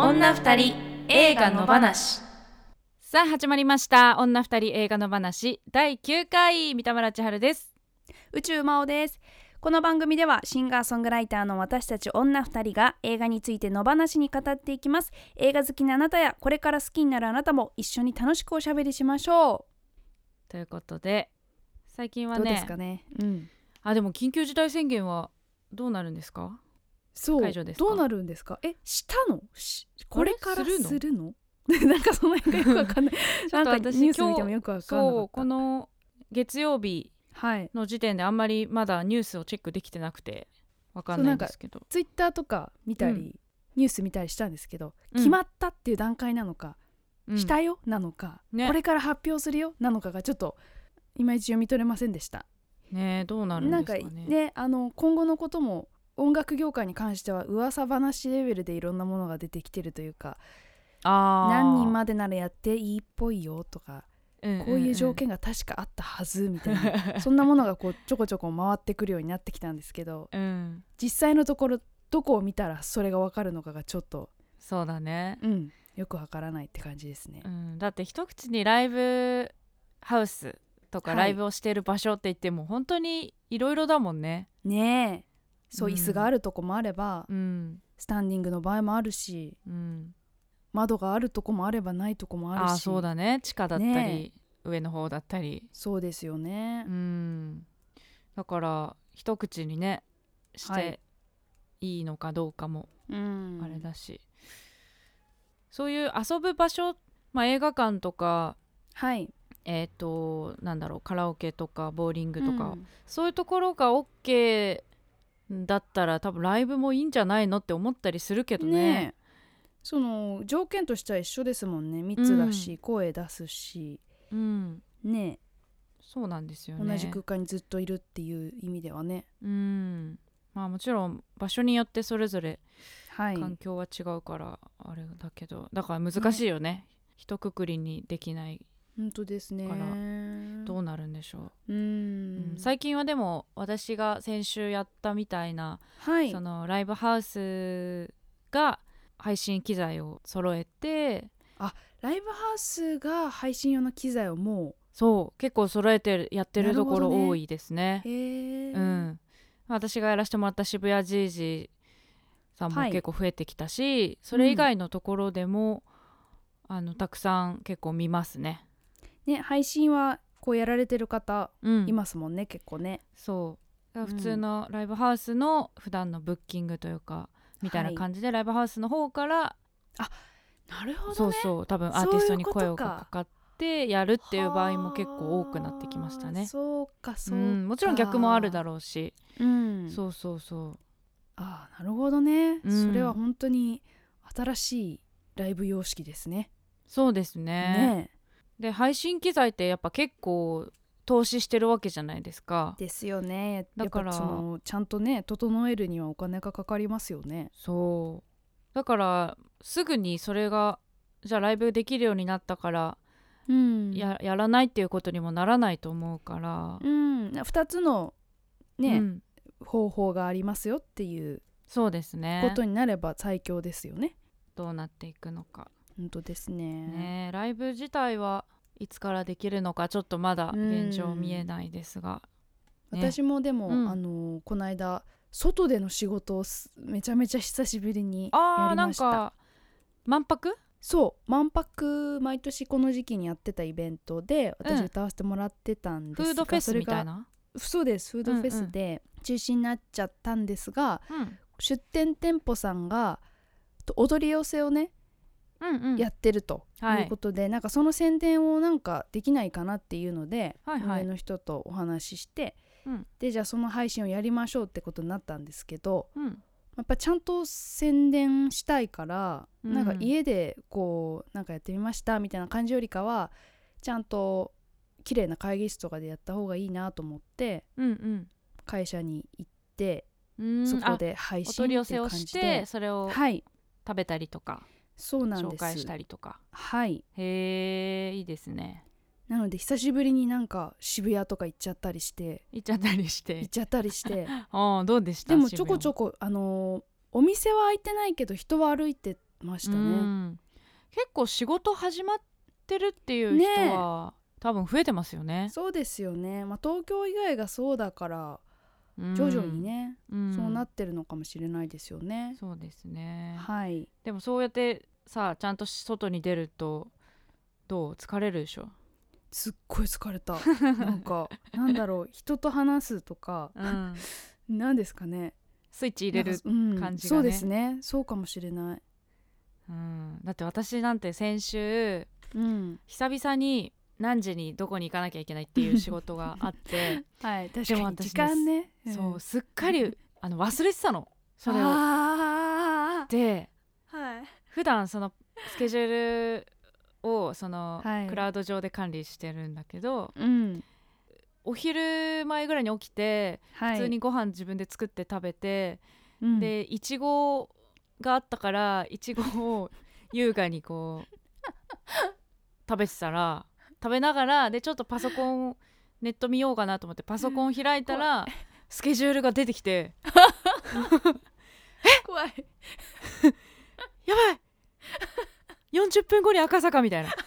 女二人映画の話。 さあ始まりました女二人映画の話第9回。三田村千春です。 宇宙魔王です。この番組ではシンガーソングライターの私たち女二人が映画について野放しに語っていきます。映画好きなあなたやこれから好きになるあなたも一緒に楽しくおしゃべりしましょということで最近う。 はねどうですかね、 でも緊急事態宣言はどうなるんですか？ そう解除ですか？ どうなるんですか？したの？これからするのなんかその辺がよくわかんないちょっと私ニュース見てもよくわかんなかった。 そうこの月曜日の時点であんまりまだニュースをチェックできてなくてわかんないんですけど、 ツイッターとか見たり、ニュース見たりしたんですけど、 うん決まったっていう段階なのか、したよなのか、 ね、 これから発表するよなのかがちょっといまいち読み取れませんでしたね。どうなるんですかね。 なんかね、今後のことも音楽業界に関しては噂話レベルでいろんなものが出てきてるというか、何人までならやっていいっぽいよとか、こういう条件が確かあったはずみたいなそんなものがこうちょこちょこ回ってくるようになってきたんですけど、実際のところどこを見たらそれが分かるのかがちょっとそうだね、 よく分からないって感じですね、 だって一口にライブハウスとかライブをしている場所って言っても本当にいろいろだもんね。 ねえ、そう、椅子があるとこもあれば、スタンディングの場合もあるし、窓があるとこもあればないとこもあるし。 そうだね、地下だったり、上の方だったり。 そうですよね、 だから一口にねしていいのかどうかもあれだし、そういう遊ぶ場所、映画館とか、なんだろう、カラオケとかボーリングとか、そういうところが OK だったら多分ライブもいいんじゃないのって思ったりするけど ね。 その条件としては一緒ですもんね。密だし、声出すし、ね、 そうなんですよね。 同じ空間にずっといるっていう意味ではね。 もちろん場所によってそれぞれ環境は違うからあれだけど、だから難しいよね、一括りにできない。 本当ですね。 からどうなるんでしょう。最近はでも私が先週やったみたいな、そのライブハウスが配信機材を揃えて、 ライブハウスが配信用の機材をもう結構揃えてやってるところ多いですね。私がやらせてもらった渋谷ジージさんも結構増えてきたし、それ以外のところでも、たくさん結構見ますね。 配信はこうやられてる方いますもんね、結構ね。 そう普通のライブハウスの普段のブッキングというかみたいな感じで、ライブハウスの方からなるほどね。 多分アーティストに声をかかってやるっていう場合も結構多くなってきましたね。 そうか、 もちろん逆もあるだろうし、なるほどね、それは本当に新しいライブ様式ですね。 そうですね。で配信機材ってやっぱ結構投資してるわけじゃないですか。 ですよね。 だからそのちゃんとね整えるにはお金がかかりますよね。 だからすぐにそれがじゃあライブできるようになったから、やらないっていうことにもならないと思うから、 2つのね、方法がありますよっていうことになれば最強ですよね。 どうなっていくのか。 本当ですね。 ライブ自体はいつからできるのかちょっとまだ現状見えないですが、 私もでも、この間外での仕事をめちゃめちゃ久しぶりにやりました。 なんか万博？ 万博毎年この時期にやってたイベントで私歌わせてもらってたんですが、 フードフェスみたいな。 そうです、フードフェスで中止になっちゃったんですが、出店店舗さんが踊り寄せをね、やってるということで、なんかその宣伝をなんかできないかなっていうので、上の人とお話しして、でじゃあその配信をやりましょうってことになったんですけど、やっぱちゃんと宣伝したいから、なんか家でこうなんかやってみましたみたいな感じよりかはちゃんと綺麗な会議室とかでやった方がいいなと思って、会社に行って、そこで配信っていう感じでお取り寄せをしてそれを食べたりとか、 そうなんです、 紹介したりとか。 へえ、いいですね。 なので久しぶりになんか渋谷とか行っちゃったりしてどうでした？ でもちょこちょこお店は開いてないけど人は歩いてましたね。 結構仕事始まってるっていう人は、多分増えてますよね。 そうですよね、東京以外がそうだから徐々にね、そうなってるのかもしれないですよね。 そうですね。 はい。 でもそうやってさ、ちゃんと外に出るとどう？疲れるでしょ？ すっごい疲れたなんかなんだろう、人と話すとか、なんですかね、 スイッチ入れる感じがね、 そうですね、そうかもしれない。 だって私なんて先週、久々に何時にどこに行かなきゃいけないっていう仕事があってはい、確かに時間ね、 そうすっかり忘れてたの、それを。で、普段そのスケジュールをそのクラウド上で管理してるんだけど、お昼前ぐらいに起きて、普通にご飯自分で作って食べて、でいちごがあったからいちごを優雅にこう食べてたら、食べながらでちょっとパソコンネット見ようかなと思ってパソコン開いたらスケジュールが出てきて怖いやばい40分後に赤坂みたいな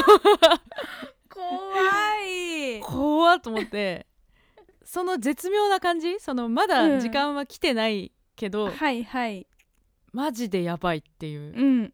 怖っと思って、その絶妙な感じ、そのまだ時間は来てないけど、マジでやばいっていう、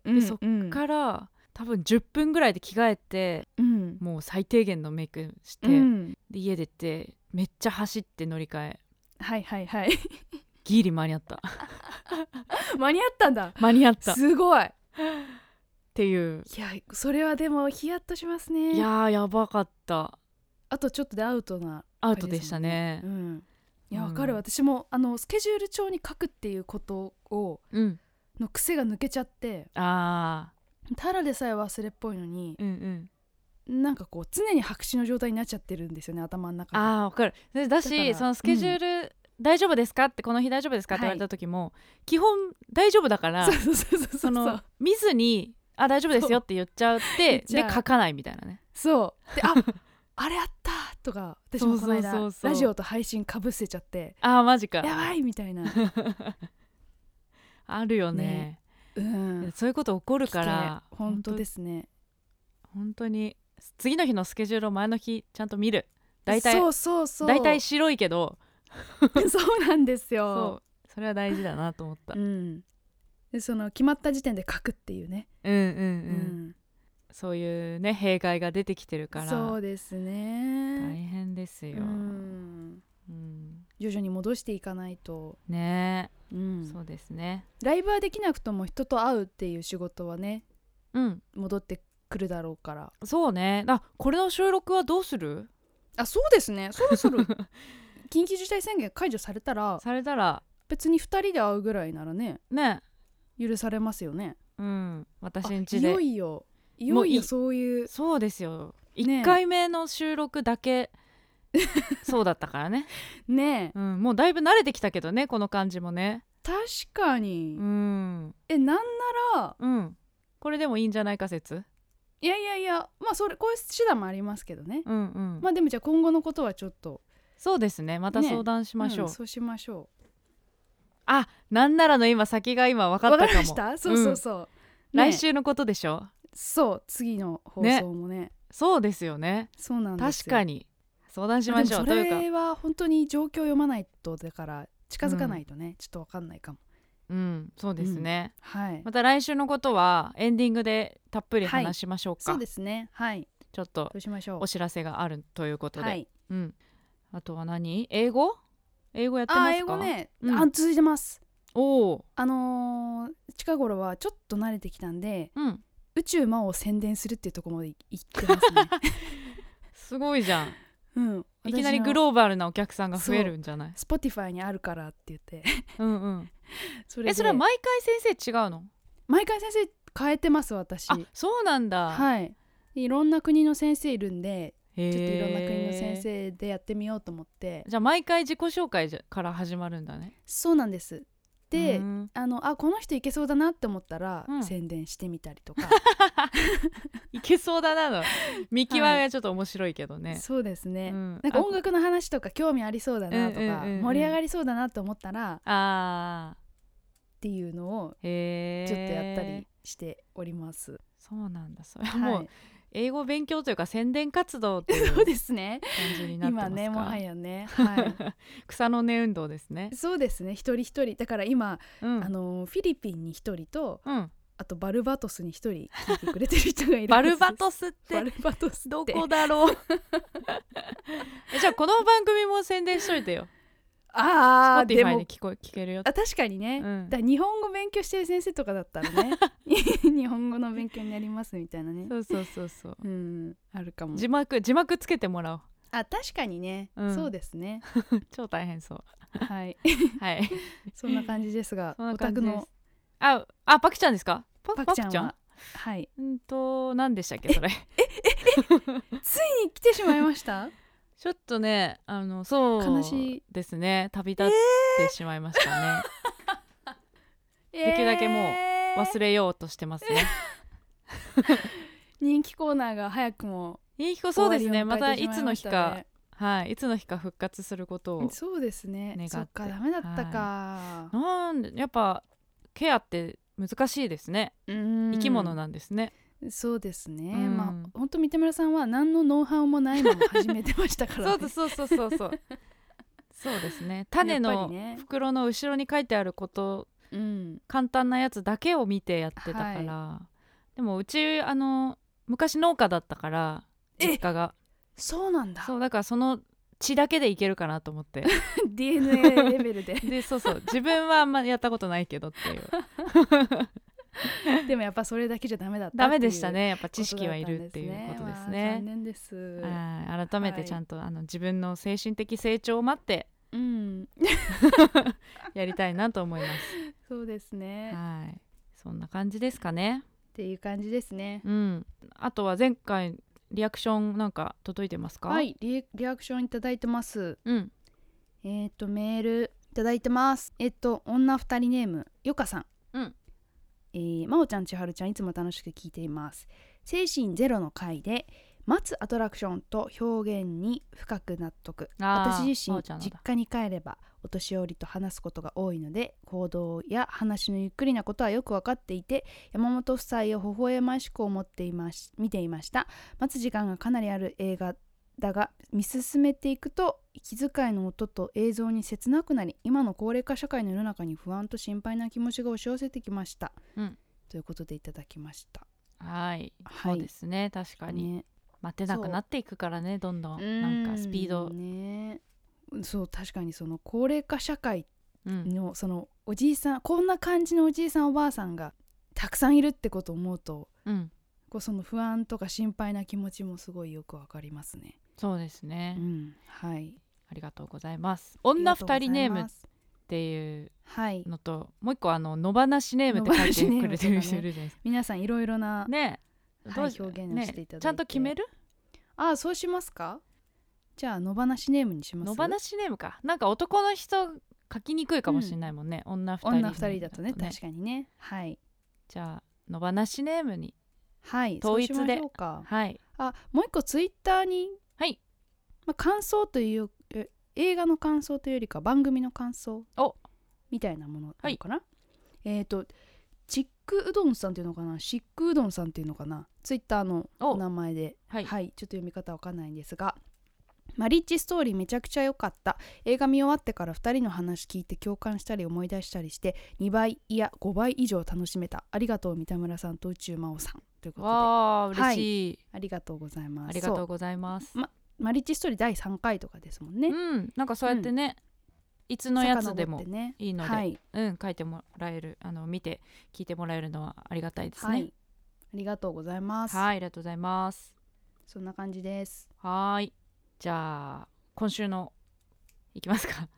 でそっから多分10分ぐらいで着替えて、もう最低限のメイクして、で家出てめっちゃ走って乗り換え、ギリ間に合った間に合ったんだ。 間に合った、 すごいっていう。 いや、それはでもヒヤッとしますね。 いややばかった。 あとちょっとでアウトでしたね。 いや、わかる。私もスケジュール帳に書くっていうことを、の癖が抜けちゃって、ただでさえ忘れっぽいのに、なんかこう常に白紙の状態になっちゃってるんですよね、頭の中で。 わかる。だし、そのスケジュール、大丈夫ですかって、この日大丈夫ですかって言われた時も、基本大丈夫だから、見ずに大丈夫ですよって言っちゃってで書かないみたいなね。そうであれあったとか、私もこの間ラジオと配信かぶせちゃって、 マジかやばいみたいなあるよね。そういうこと起こるから本当ですね。 本当に次の日のスケジュールを前の日ちゃんと見る。大体白いけどそうなんですよ。 それは大事だなと思った。 でその決まった時点で書くっていうね。 そういうね弊害が出てきてるから。 そうですね。 大変ですよ。 徐々に戻していかないとね。そうですね。 ライブはできなくとも人と会うっていう仕事はね、戻ってくるだろうから。 そうね。これの収録はどうする？ そうですね。そろそろ緊急事態宣言解除されたら別に2人で会うぐらいならね許されますよね。 私ん家でいよいよそういう。 そうですよ。1回目の収録だけそうだったからねもうだいぶ慣れてきたけどね、この感じもね。 確かに。なんならこれでもいいんじゃないか説。 いやこういう手段もありますけどね。でもじゃあ今後のことはちょっとそうですね、また相談しましょう。 そうしましょう。なんならの先が今分かったかも。 分かりました。そう、 来週のことでしょ。 そう次の放送もね。 そうですよね。 そうなんですよ。 確かに相談しましょう。 でもそれは本当に状況を読まないと、だから近づかないとね、ちょっと分かんないかも。 そうですね。また来週のことはエンディングでたっぷり話しましょうか。 そうですね。 ちょっとお知らせがあるということで。あとは英語やってますか？ 英語ね、続いてます。近頃はちょっと慣れてきたんで、宇宙魔王を宣伝するっていうところまで行ってますね。 すごいじゃん。いきなりグローバルなお客さんが増えるんじゃない？ Spotify にあるからって言ってそれは毎回先生違うの？ 毎回先生変えてます、私。 そうなんだ。 いろんな国の先生いるんで、ちょっといろんな国の先生でやってみようと思って。 じゃあ毎回自己紹介から始まるんだね。 そうなんです。で、この人いけそうだなって思ったら、宣伝してみたりとか。 いけそうだなの見極めがちょっと面白いけどね。 そうですね。なんか音楽の話とか興味ありそうだなとか、盛り上がりそうだなと思ったらっていうのをちょっとやったりしております。 そうなんだ。それはもう英語勉強というか宣伝活動というそうですね、 感じになってますか。 今ねもはやね、はい、 草の根運動ですね。 そうですね、一人一人だから今、フィリピンに一人と、あとバルバトスに一人聞いてくれてる人がいるんです。 バルバトスってバルバトスってどこだろうじゃあこの番組も宣伝しといてよ。 ああ、 でも聞けるよ。 確かにね、だ日本語勉強してる先生とかだったらね日本語の勉強になりますみたいなね。 そう、 あるかも。 字幕つけてもらおう。 確かにね、そうですね超大変そう。 はいそんな感じですが、 お宅のパクちゃんですか。 パクちゃんははい何でしたっけそれついに来てしまいました。 ちょっとねそう悲しいですね、旅立ってしまいましたね、できるだけもう忘れようとしてますね人気コーナーが早くもそうですね、またいつの日かいつの日か復活することをそうですね。そっか、ダメだったか、 なんでやっぱケアって難しいですね。生き物なんですね。 そうですね、本当三田村さんは何のノウハウもないまま始めてましたからねそうそうですね、種の袋の後ろに書いてあること、簡単なやつだけを見てやってたから、でもうち昔農家だったから実家が。 そうなんだ。 そうだからその血だけでいけるかなと思って DNA レベルでそう自分はあんまやったことないけどっていうでもやっぱそれだけじゃダメだったダメでしたね。やっぱ知識はいるっていうことですね。 残念です。 改めてちゃんと、自分の精神的成長を待って、やりたいなと思います。 そうですね。 そんな感じですかね。 っていう感じですね。 あとは前回リアクションなんか届いてますか。 リアクションいただいてます。メールいただいてます。女二人ネームよかさん。まおちゃんちはるちゃんいつも楽しく聞いています。精神ゼロの回で待つアトラクションと表現に深く納得。私自身実家に帰ればお年寄りと話すことが多いので、行動や話のゆっくりなことはよく分かっていて、山本夫妻を微笑ましく見ていました。待つ時間がかなりある映画だが、見進めていくと息遣いの音と映像に切なくなり、今の高齢化社会の世の中に不安と心配な気持ちが押し寄せてきました、ということでいただきました。 そうですね、確かに、待てなくなっていくからね、どんどんなんかスピードね。そう確かにその高齢化社会の、そのおじいさん、こんな感じのおじいさんおばあさんがたくさんいるってことを思うと、その不安とか心配な気持ちもすごいよくわかりますね。 そうですね、 ありがとうございます。女二人ネームっていうのと、もう一個野放しネームって書いてくれてる人いるじゃないですか。 皆さんいろいろな表現をしていただいて、 ちゃんと決める？ そうしますか。じゃあ野放しネームにします。 野放しネームか。なんか男の人書きにくいかもしれないもんね、女二人だとね。確かにね。 じゃあ野放しネームに統一で。もう一個ツイッターに感想という映画の感想というよりか番組の感想みたいなものあるかな。チックうどんさんっていうのかな、シックうどんさんっていうのかな、ツイッターのお名前で、ちょっと読み方わかんないんですが、マリッジストーリーめちゃくちゃ良かった。映画見終わってから2人の話聞いて共感したり思い出したりして2倍いや5倍以上楽しめた。ありがとう三田村さんと宇宙魔王さん、ということで。 嬉しい、 ありがとうございます。 ありがとうございます。 マリッジストーリー第3回とかですもんね。 なんかそうやってね、いつのやつでもいいので、書いてもらえる、見て聞いてもらえるのはありがたいですね。 ありがとうございます。 ありがとうございます。 そんな感じです。 じゃあ今週のいきますか。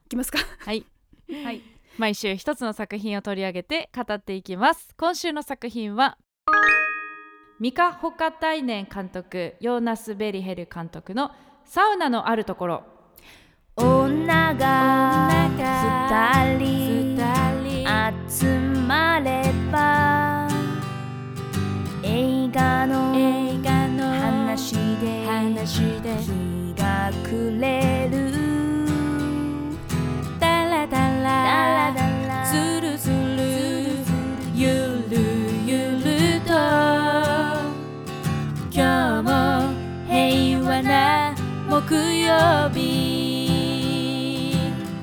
毎週一つの作品を取り上げて語っていきます。今週の作品はミカ・ホカタイネン監督、ヨーナス・ベリヘル監督のサウナのあるところ。 女が二人集まれば映画の話で日が暮れる。ダラダラズルズルゆるゆる曜日、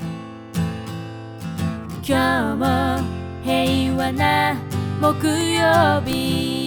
今日も平和な木曜日。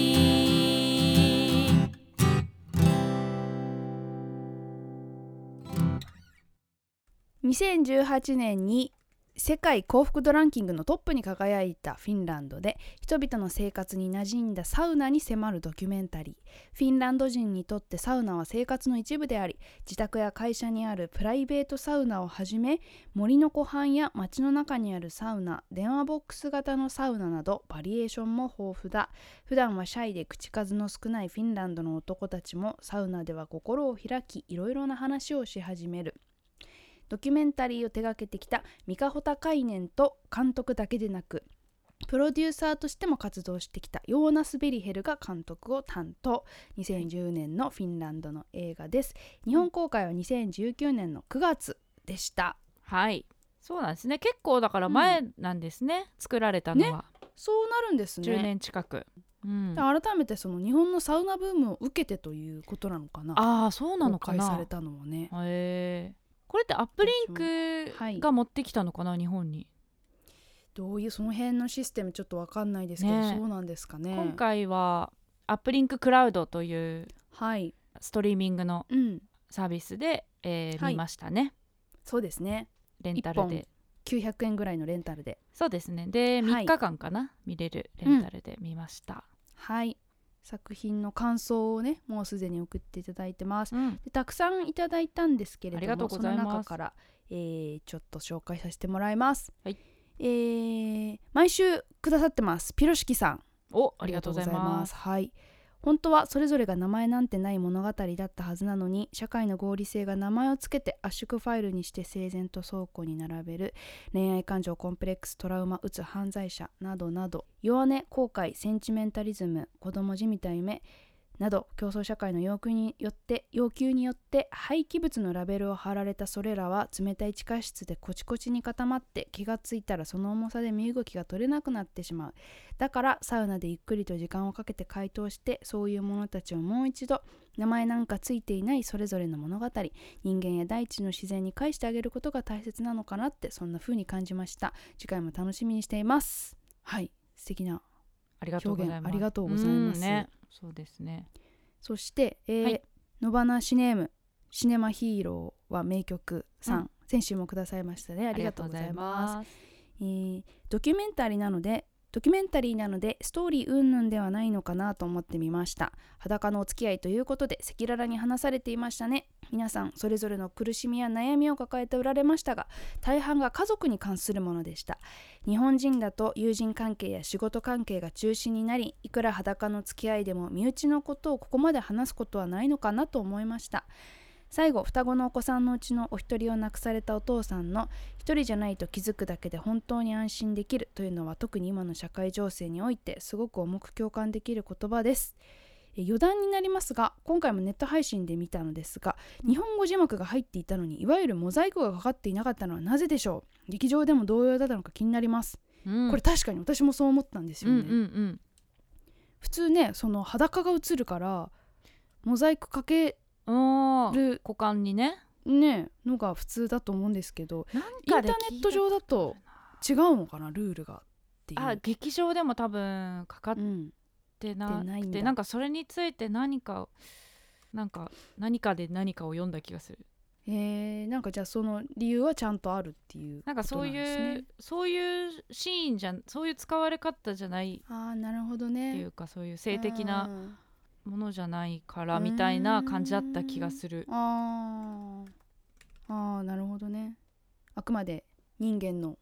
2018年に世界幸福度ランキングのトップに輝いたフィンランドで人々の生活に馴染んだサウナに迫るドキュメンタリー。フィンランド人にとってサウナは生活の一部であり、自宅や会社にあるプライベートサウナをはじめ、森の湖畔や街の中にあるサウナ、電話ボックス型のサウナなどバリエーションも豊富だ。普段はシャイで口数の少ないフィンランドの男たちもサウナでは心を開き、いろいろな話をし始める。ドキュメンタリーを手掛けてきたミカホタカイネンと監督だけでなくプロデューサーとしても活動してきたヨーナス・ベリヘルが監督を担当。2010年のフィンランドの映画です。日本公開は2019年の9月でした。 はい、そうなんですね。結構だから前なんですね、作られたのは、 ね、そうなるんですね。 10年近く、 改めてその日本のサウナブームを受けてということなのかな。 ああ、そうなのかな。 公開されたのもね。 これってアップリンクが持ってきたのかな、日本に。 どういうその辺のシステムちょっと分かんないですけど、そうなんですかね。 今回はアップリンククラウドというストリーミングのサービスで、見ましたね。 そうですね。 レンタルで 900円ぐらいのレンタルで。 そうですね。で3日間かな、見れるレンタルで見ました。 はい、作品の感想をね、もうすでに送っていただいてます。でたくさんいただいたんですけれども、その中から、ちょっと紹介させてもらいます。はい、毎週くださってます。ピロシキさん、 ありがとうございます。 はい、本当はそれぞれが名前なんてない物語だったはずなのに、社会の合理性が名前をつけて圧縮ファイルにして整然と倉庫に並べる。恋愛感情、コンプレックス、トラウマ、うつ、犯罪者などなど、弱音、後悔、センチメンタリズム、子供じみた夢など、競争社会の要求によって廃棄物のラベルを貼られたそれらは冷たい地下室でコチコチに固まって、気がついたらその重さで身動きが取れなくなってしまう。だからサウナでゆっくりと時間をかけて解凍して、そういう者たちをもう一度名前なんかついていないそれぞれの物語、人間や大地の自然に返してあげることが大切なのかなって、そんな風に感じました。次回も楽しみにしています。はい、素敵な表現ありがとうございます。 そうですね。 そして、野花シネームシネマヒーローは名曲さん、先週もくださいましたね。ありがとうございます。ドキュメンタリーなのでストーリー云々ではないのかなと思ってみました。裸のお付き合いということで赤裸々に話されていましたね。皆さんそれぞれの苦しみや悩みを抱えておられましたが、大半が家族に関するものでした。日本人だと友人関係や仕事関係が中心になり、いくら裸の付き合いでも身内のことをここまで話すことはないのかなと思いました。最後、双子のお子さんのうちのお一人を亡くされたお父さんの一人じゃないと気づくだけで本当に安心できるというのは、特に今の社会情勢においてすごく重く共感できる言葉です。余談になりますが、今回もネット配信で見たのですが、日本語字幕が入っていたのにいわゆるモザイクがかかっていなかったのはなぜでしょう。劇場でも同様だったのか気になります。これ確かに私もそう思ったんですよね。普通ね、その裸が映るからモザイクかける股間にねのが普通だと思うんですけど、インターネット上だと違うのかな、ルールがっていう。 劇場でも多分かかってなくて、なんかそれについて何かで何かを読んだ気がする。 なんかじゃあその理由はちゃんとあるっていうことなんですね。 なんかそういうシーンじゃん、そういう使われ方じゃないなるほどね、 っていうか、そういう性的なものじゃないからみたいな感じだった気がする。 なるほどね。あくまで人間の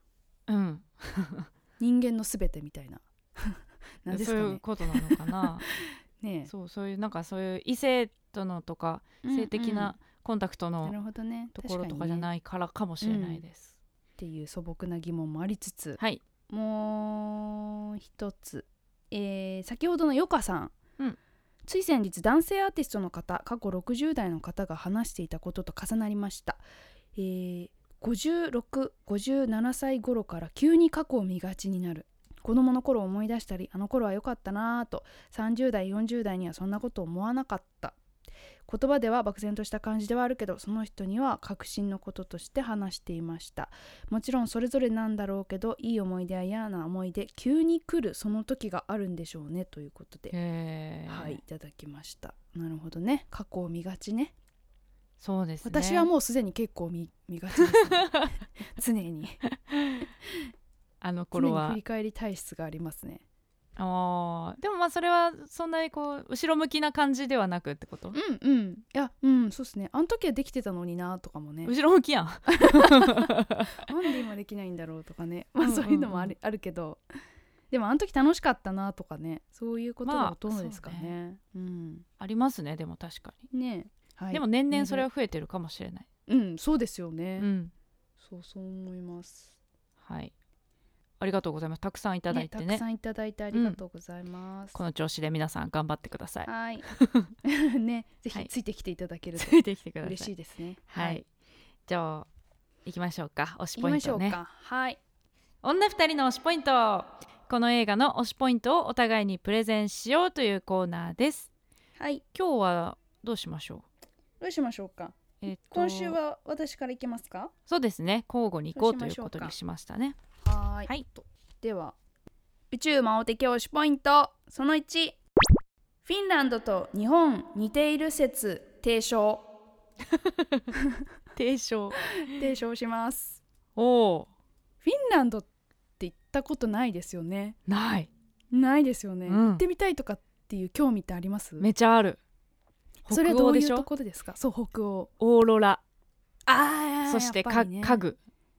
人間のすべてみたいななんですかね、 そういうことなのかなね。そういうなんかそういう異性とのとか、性的なコンタクトのところとかじゃないからかもしれないです、 っていう素朴な疑問もありつつ、もう一つ、先ほどのヨカさん、つい先日男性アーティストの方、過去60代の方が話していたことと重なりました。56、57歳頃から急に過去を見がちになる。子供の頃を思い出したり、あの頃は良かったなぁと、30代40代にはそんなこと思わなかった。 言葉では漠然とした感じではあるけど、その人には確信のこととして話していました。もちろんそれぞれなんだろうけど、いい思い出や嫌な思い出、急に来るその時があるんでしょうね、ということで、はい、いただきました。なるほどね、過去を見がちね。 そうですね、 私はもうすでに結構 見がちです、ね、常にあの頃は常に振り返り体質がありますね。 でもまあそれはそんなにこう後ろ向きな感じではなくってこと？ うんうん、いや、うん、そうですね。あの時はできてたのになとかもね。 後ろ向きやんなんで今できないんだろうとかね、まあそういうのもあるけど、でもあの時楽しかったなとかね、そういうことがほとんどですかね。うん、 ありますね。でも確かにね、はい、 でも年々それは増えてるかもしれない。 うん、そうですよね、 うん、 そう思います。はい、 ありがとうございます。たくさんいただいてね。 たくさんいただいてありがとうございます。 この調子で皆さん頑張ってください。 はいね、ぜひついてきていただけると嬉しいですね。 はい、じゃあ行きましょうか。推しポイントね。 はい、 女二人の推しポイント。この映画の推しポイントをお互いにプレゼンしようというコーナーです。はい、今日はどうしましょうか。今週は私からいけますか？ そうですね、交互に行こうということにしましたね。 はい、では宇宙魔王的推しポイントその1、フィンランドと日本似ている説提唱提唱します。フィンランドって行ったことないですよね。ないですよね、行ってみたいとかっていう興味ってあります？ めちゃある。 それはどういうところですか？そう、北欧、 オーロラ、そして家具、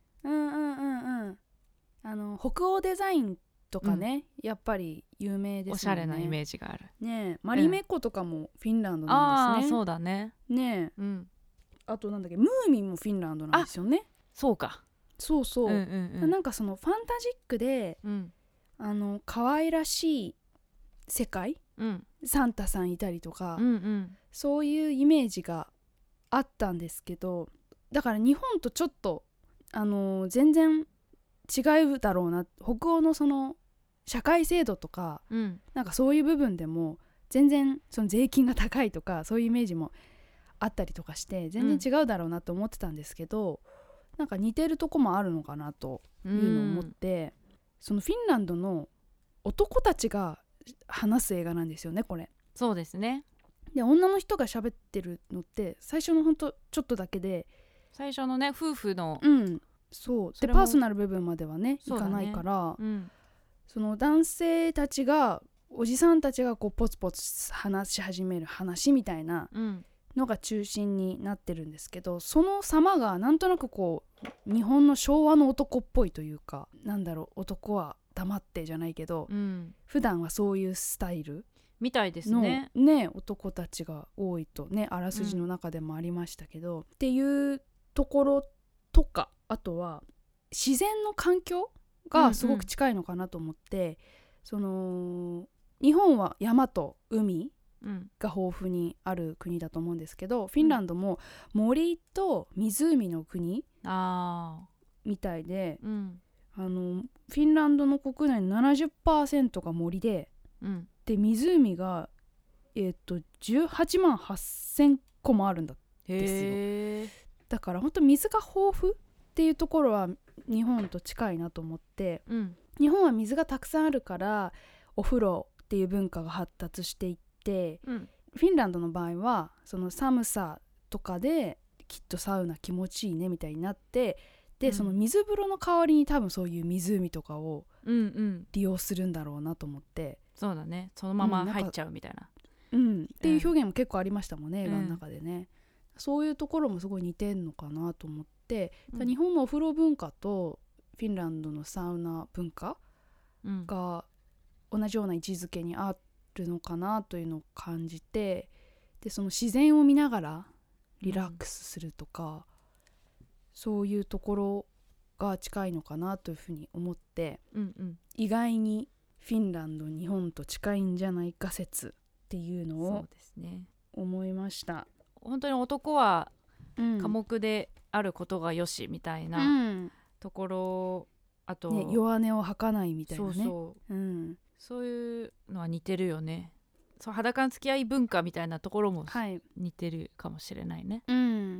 北欧デザインとかね、やっぱり有名ですよね。 おしゃれなイメージがあるね。マリメッコとかもフィンランドなんですね。 そうだね。 ね、あとなんだっけ、ムーミンもフィンランドなんですよね。 そうか。 そう、なんかそのファンタジックで、可愛らしい世界、サンタさんいたりとか、そういうイメージがあったんですけど、だから日本とちょっと全然違うだろうな。北欧のその社会制度とか、なんかそういう部分でも全然その税金が高いとかそういうイメージもあったりとかして全然違うだろうなと思ってたんですけど、なんか似てるとこもあるのかなというのを思って、そのフィンランドの男たちが話す映画なんですよね、これ。 そうですね。 で、女の人が喋ってるのって最初のほんとちょっとだけで、 最初のね、夫婦の、 そうでパーソナル部分まではねいかないから、その男性たちが、おじさんたちがこうポツポツ話し始める話みたいなのが中心になってるんですけど、その様がなんとなくこう日本の昭和の男っぽいというか、なんだろう、男は黙ってじゃないけど、普段はそういうスタイルみたいですね。 男たちが多いとね、あらすじの中でもありましたけど、っていうところとか、あとは自然の環境がすごく近いのかなと思って、その日本は山と海が豊富にある国だと思うんですけど、フィンランドも森と湖の国みたいで、フィンランドの国内の 70% が森で、で湖が、18万8000個もあるんだですよ。だから本当水が豊富っていうところは日本と近いなと思って、日本は水がたくさんあるからお風呂っていう文化が発達していって、フィンランドの場合はその寒さとかできっとサウナ気持ちいいねみたいになって、で、その水風呂の代わりに多分そういう湖とかを利用するんだろうなと思って、 そうだね、そのまま入っちゃうみたいな、 っていう表現も結構ありましたもんね、映画の中でね。そういうところもすごい似てんのかなと思って、日本のお風呂文化とフィンランドのサウナ文化が同じような位置づけにあるのかなというのを感じて、でその自然を見ながらリラックスするとか、そういうところが近いのかなというふうに思って、意外にフィンランド日本と近いんじゃないか説っていうのを思いました。 本当に男は寡黙であることがよしみたいなところ、あと、 弱音を吐かないみたいなね、 そういうのは似てるよね。 そう裸の付き合い文化みたいなところも似てるかもしれないね、 うん、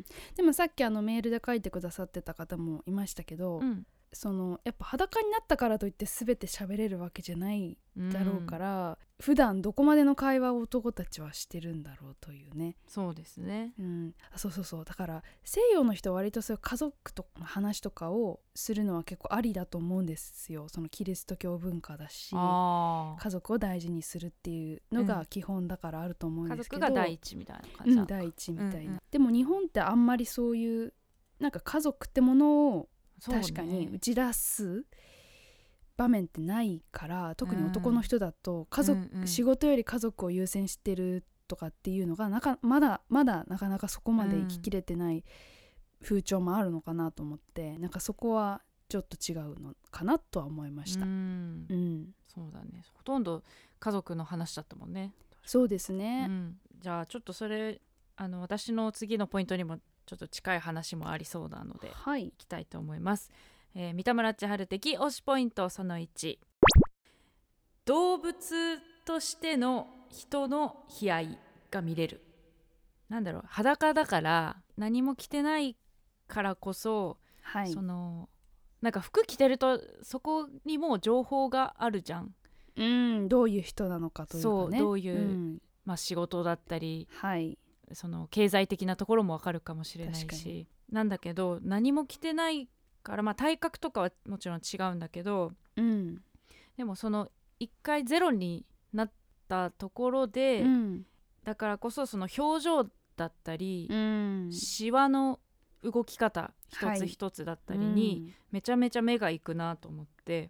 でもさっきメールで書いてくださってた方もいましたけど、やっぱ裸になったからといって全て喋れるわけじゃないだろうから、普段どこまでの会話を男たちはしてるんだろうというね。 そうですね、 そうだから西洋の人は割とそういう家族との話とかをするのは結構ありだと思うんですよ。そのキリスト教文化だし、家族を大事にするっていうのが基本だからあると思うんですけど、 家族が第一みたいな感じなのか、 第一みたいな、でも日本ってあんまりそういうなんか家族ってものを確かに打ち出す場面ってないから、特に男の人だと仕事より家族を優先してるとかっていうのがまだなかなかそこまで生ききれてない風潮もあるのかなと思って、なんかそこはちょっと違うのかなとは思いました。 そうだね、ほとんど家族の話だったもんね。 そうですね、 じゃあちょっとそれ私の次のポイントにもちょっと近い話もありそうなので、いきたいと思います。三田村千春的推しポイントその1、動物としての人の悲哀が見れる。なんだろう、裸だから何も着てないからこそ、なんか服着てるとそこにもう情報があるじゃん、 どういう人なのかというかね、 そうどういう、仕事だったり、その経済的なところも分かるかもしれないし、なんだけど何も着てないから、体格とかはもちろん違うんだけど、でもその一回ゼロになったところで、だからこそその表情だったり、シワの動き方一つ一つだったりにめちゃめちゃ目がいくなと思って、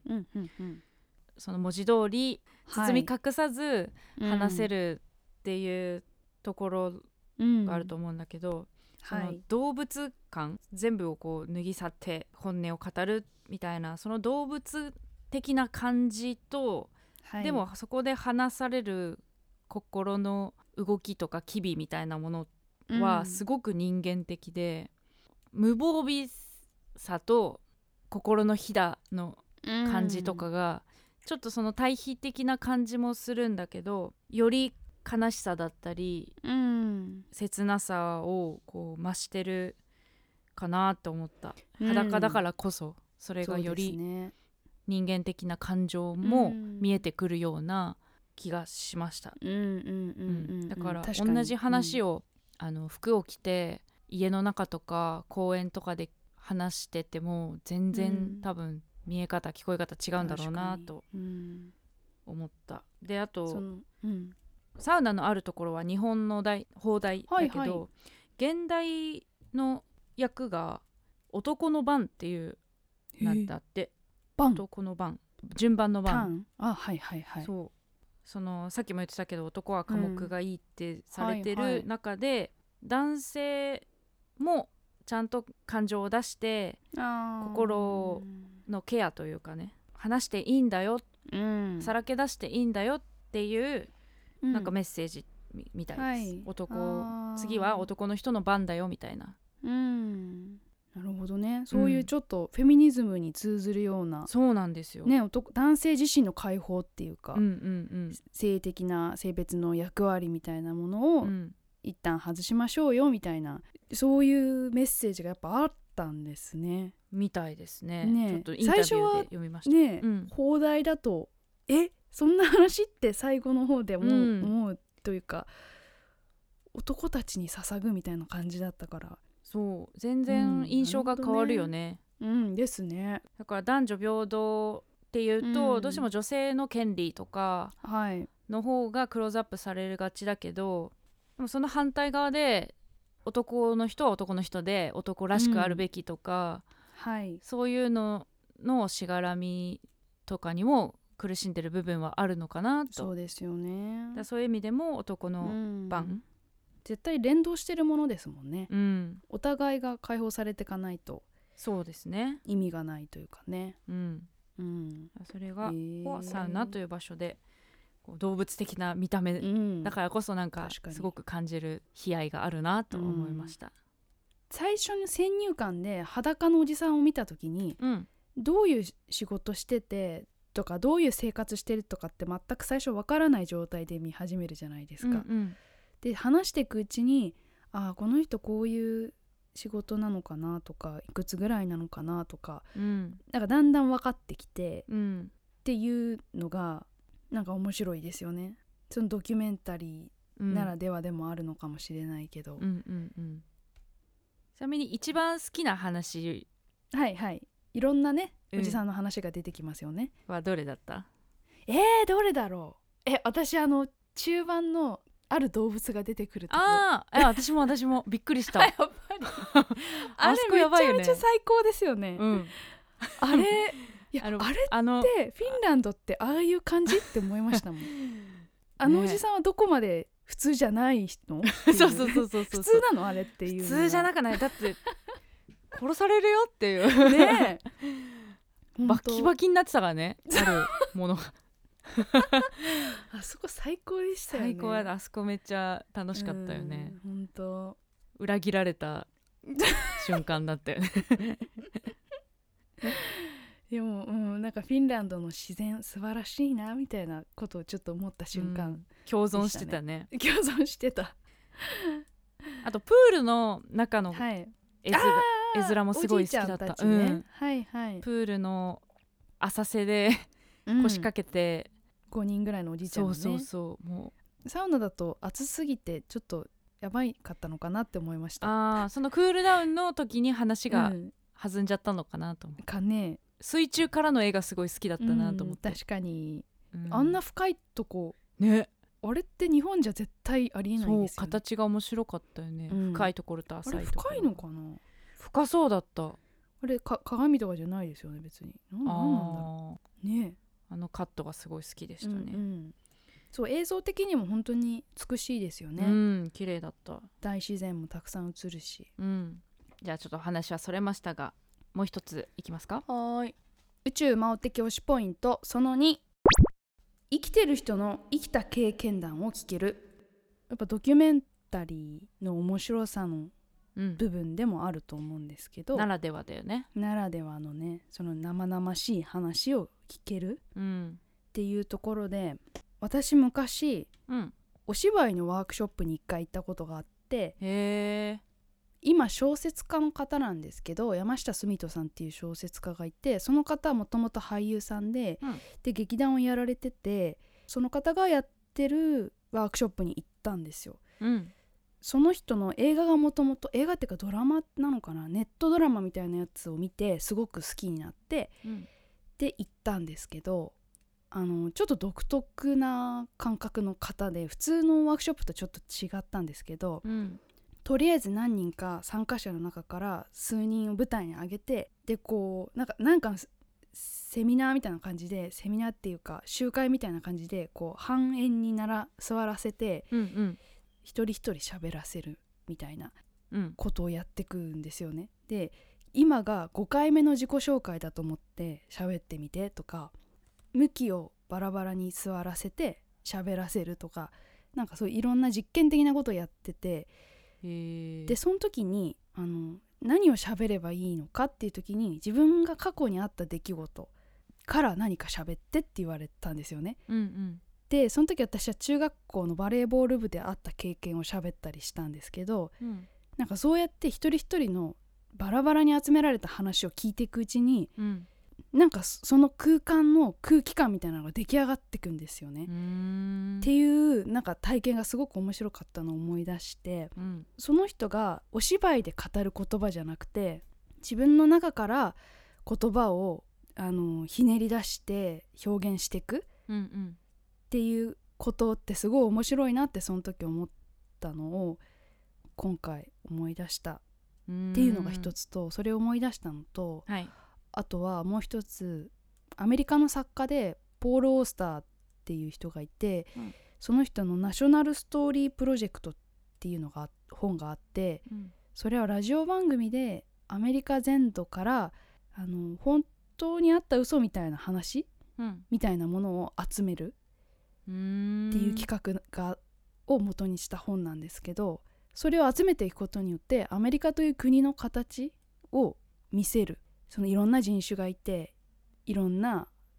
その文字通り包み隠さず話せるっていうところがあると思うんだけど、その動物感全部をこう脱ぎ去って本音を語るみたいな、その動物的な感じと、でもそこで話される心の動きとか機微みたいなものはすごく人間的で、無防備さと心のひだの感じとかがちょっとその対比的な感じもするんだけど、より悲しさだったり、切なさをこう増してるかなと思った。裸だからこそそれがより人間的な感情も見えてくるような気がしました。だから同じ話を、服を着て家の中とか公園とかで話してても全然、多分見え方聞こえ方違うんだろうなと思った。であとサウナのあるところは日本の放題だけど、現代の役が男の番っていうなんだって。男の番、順番の番。そう、そのさっきも言ってたけど男は寡黙がいいってされてる中で、男性もちゃんと感情を出して心のケアというかね、話していいんだよ、さらけ出していいんだよっていうなんかメッセージみたいです、次は男の人の番だよみたいな。 なるほどね、そういうちょっとフェミニズムに通ずるような、 そうなんですよね、男性自身の解放っていうか、性的な性別の役割みたいなものを一旦外しましょうよみたいな、そういうメッセージがやっぱあったんですね。 みたいですね。ちょっとインタビューで読みました。 最初はね、放題だとそんな話って最後の方で思うというか、男たちに捧ぐみたいな感じだったから、 そう全然印象が変わるよね。 ですね。 だから男女平等っていうと、どうしても女性の権利とかの方がクローズアップされがちだけど、でもその反対側で男の人は男の人で男らしくあるべきとか、そういうののしがらみとかにも苦しんでる部分はあるのかなと。 そうですよね。 だそういう意味でも男の番、 絶対連動してるものですもんね、お互いが解放されていかないと、 そうですね、 意味がないというかね、 それがサウナという場所でこう動物的な見た目、だからこそなんかすごく感じる悲哀があるなと思いました。 最初に先入観で裸のおじさんを見た時に、どういう仕事しててとかどういう生活してるとかって全く最初わからない状態で見始めるじゃないですか、で話していくうちにこの人こういう仕事なのかなとかいくつぐらいなのかなとか、なんかだんだん分かってきて、っていうのがなんか面白いですよね。そのドキュメンタリーならではでもあるのかもしれないけど、 ちなみに一番好きな話、 はいはい、いろんなね、おじさんの話が出てきますよね。 はどれだった？ どれだろう。私中盤のある動物が出てくるところ、 私もびっくりしたやっぱりあれめちゃめちゃ最高ですよね、あれってフィンランドってああいう感じって思いましたもんおじさんはどこまで普通じゃないのそう普通なのあれっていう。 普通じゃなくない？だって殺されるよっていうねバキバキになってたからね、あるものがあそこ最高でしたよね。 最高やだ、あそこめっちゃ楽しかったよね。 本当裏切られた瞬間だったよねでも、なんかフィンランドの自然素晴らしいなみたいなことをちょっと思った瞬間、 共存してたね。 共存してたあとプールの中の絵面もすごい好きだった。プールの浅瀬で腰掛けて、 5人ぐらいのおじいちゃんがね、もうサウナだと暑すぎてちょっとやばいかったのかなって思いました。 そのクールダウンの時に話が弾んじゃったのかなと思う、 かね。 水中からの絵がすごい好きだったなと思って、 確かに、あんな深いとこね、 あれって日本じゃ絶対ありえないですよね。 そう、形が面白かったよね、深いところと浅いところ。 あれ深いのかな。 深そうだった。 あれ鏡とかじゃないですよね別に。なんなんだろうね。 あのカットがすごい好きでしたね、 そう、映像的にも本当に美しいですよね。 綺麗だった。 大自然もたくさん映るし、 じゃあちょっと話はそれましたが、もう一ついきますか。 はい。宇宙魔王的推しポイントその2、生きてる人の生きた経験談を聞ける。やっぱドキュメンタリーの面白さの部分でもあると思うんですけど、 ならではだよね。 ならではのね、その生々しい話を聞けるっていうところで、私昔、お芝居のワークショップに1回行ったことがあって、今小説家の方なんですけど、山下純人さんっていう小説家がいて、その方はもともと俳優さんで、で劇団をやられてて、その方がやってるワークショップに行ったんですよ。その人の映画がもともと映画っていうかドラマなのかな、ネットドラマみたいなやつを見てすごく好きになって、で行ったんですけど、ちょっと独特な感覚の方で、普通のワークショップとちょっと違ったんですけど、とりあえず何人か参加者の中から数人を舞台に上げて、でこうなんかセミナーみたいな感じで、セミナーっていうか集会みたいな感じで、こう半円に座らせて、一人一人喋らせるみたいなことをやってくんですよね。で今が5回目の自己紹介だと思って喋ってみてとか、向きをバラバラに座らせて喋らせるとか、なんかそういういろんな実験的なことをやってて、でその時に何を喋ればいいのかっていう時に、自分が過去にあった出来事から何か喋ってって言われたんですよね。でその時私は中学校のバレーボール部であった経験を喋ったりしたんですけど、なんかそうやって一人一人のバラバラに集められた話を聞いていくうちに、なんかその空間の空気感みたいなのが出来上がってくんですよね。っていうなんか体験がすごく面白かったのを思い出して、その人がお芝居で語る言葉じゃなくて、自分の中から言葉をひねり出して表現していくっていうことってすごい面白いなってその時思ったのを今回思い出したっていうのが一つと、それを思い出したのと、あとはもう一つ、アメリカの作家でポール・オースターっていう人がいて、その人のナショナルストーリープロジェクトっていうのが本があって、それはラジオ番組でアメリカ全土から本当にあった嘘みたいな話、みたいなものを集めるっていう企画を元にした本なんですけど、それを集めていくことによってアメリカという国の形を見せる。そのいろんな人種がいて、いろんな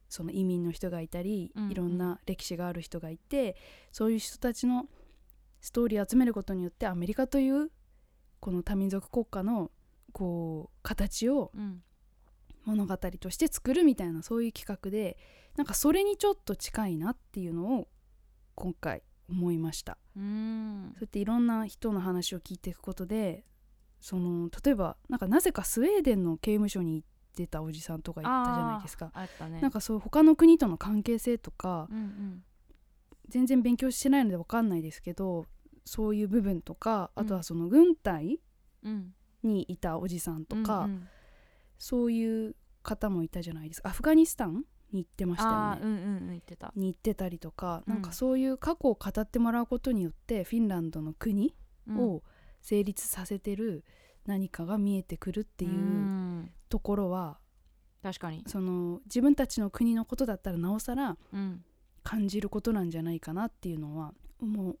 その移民の人がいたり、 うんうん、 いろんな歴史がある人がいて、そういう人たちのストーリーを集めることによってアメリカというこの多民族国家のこう形を物語として作るみたいな、そういう企画で、なんかそれにちょっと近いなっていうのを今回思いました。そうやっていろんな人の話を聞いていくことで、その例えばなぜかスウェーデンの刑務所に行ってたおじさんとかいたじゃないですか。 あったね。 なんかそういう他の国との関係性とか、 うんうん、 全然勉強してないので分かんないですけど、そういう部分とか、あとはその軍隊にいたおじさんとか、 うんうん、 そういう方もいたじゃないですか。アフガニスタンに行ってましたよね。 うんうん、行ってた。 に行ってたりとか、なんかそういう過去を語ってもらうことによってフィンランドの国を成立させてる何かが見えてくるっていうところは、 確かにその自分たちの国のことだったらなおさら感じることなんじゃないかなっていうのは思って、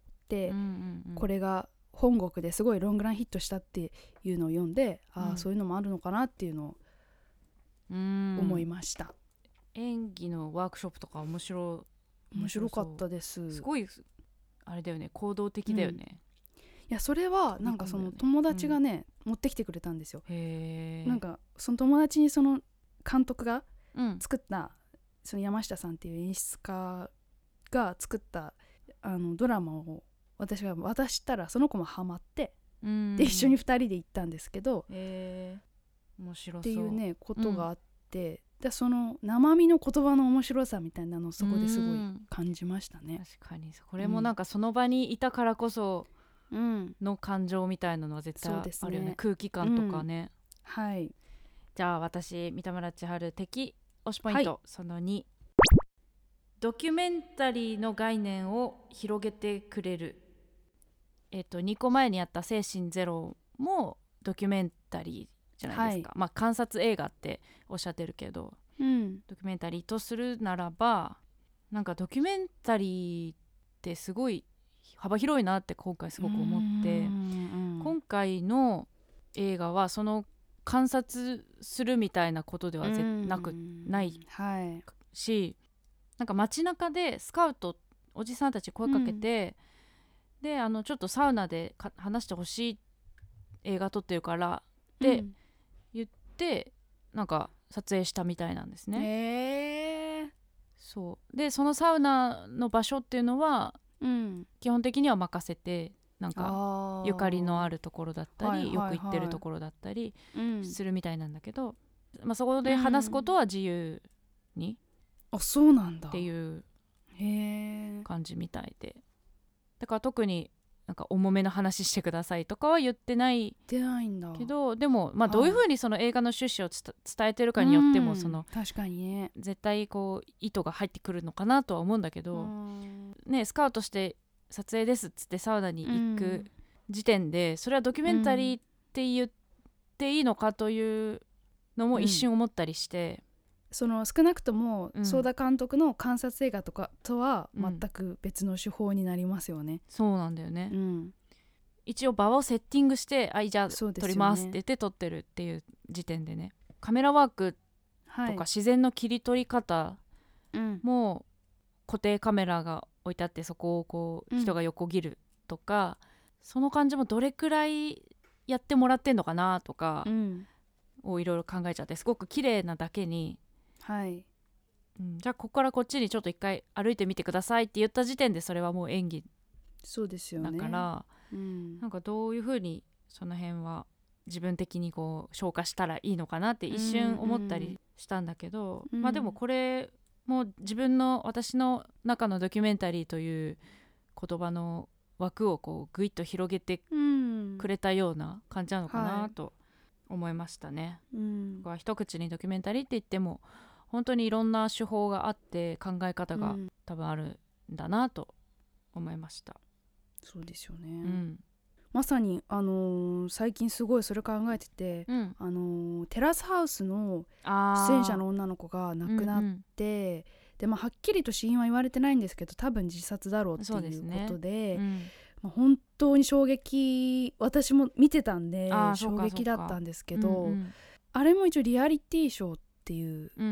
これが本国ですごいロングランヒットしたっていうのを読んで、そういうのもあるのかなっていうのを思いました。 演技のワークショップとか面白かったです。 すごいあれだよね、行動的だよね。 いや、それはなんかその友達がね、持ってきてくれたんですよ。なんかその友達にその監督が作った、その山下さんっていう演出家が作ったドラマを私が渡したら、その子もハマって、で一緒に2人で行ったんですけど、 面白そうっていうねことがあって、でその生身の言葉の面白さみたいなのをそこですごい感じましたね。 確かにこれもなんかその場にいたからこその感情みたいなのは絶対あるよね、空気感とかね。 はい。 じゃあ私、三田村千春的推しポイント、その2、ドキュメンタリーの概念を広げてくれる。2個前にやった精神ゼロもドキュメンタリーじゃないですか、観察映画っておっしゃってるけど、ドキュメンタリーとするならば、なんかドキュメンタリーってすごい幅広いなって今回すごく思って、今回の映画はその観察するみたいなことではないし、なんか街中でスカウトおじさんたち声かけて、でちょっとサウナで話してほしい映画撮ってるからって言って、なんか撮影したみたいなんですね。そうで、そのサウナの場所っていうのは、基本的には任せて、なんかゆかりのあるところだったり、よく行ってるところだったりするみたいなんだけど、そこで話すことは自由に、 そうなんだっていう感じみたいで、だから特になんか重めの話してくださいとかは言ってないけど、でもどういうふうにその映画の趣旨を伝えてるかによっても、その確かにね、 絶対こう意図が入ってくるのかなとは思うんだけどね、スカウトして撮影ですっつってサウナに行く時点で、それはドキュメンタリーって言っていいのかというのも一瞬思ったりして、 その少なくともソーダ監督の観察映画とかとは全く別の手法になりますよね。 そうなんだよね、一応場をセッティングして、じゃあ撮りますって言って撮ってるっていう時点でね、カメラワークとか自然の切り取り方も固定カメラが置いてあって、そこをこう人が横切るとか、その感じもどれくらいやってもらってんのかなとかをいろいろ考えちゃって、すごく綺麗なだけに、じゃあここからこっちにちょっと一回歩いてみてくださいって言った時点で、それはもう演技だから、なんかどういうふうにその辺は自分的にこう消化したらいいのかなって一瞬思ったりしたんだけど、でもこれも私の中のドキュメンタリーという言葉の枠をこうぐいっと広げてくれたような感じなのかなと思いましたね。一口にドキュメンタリーって言っても本当にいろんな手法があって考え方が多分あるんだなと思いました。 そうですよね、まさに、最近すごいそれ考えてて、テラスハウスの出演者の女の子が亡くなって、ではっきりと死因は言われてないんですけど、多分自殺だろうっていうことで、本当に衝撃、私も見てたんで衝撃だったんですけど、あれも一応リアリティショーっていう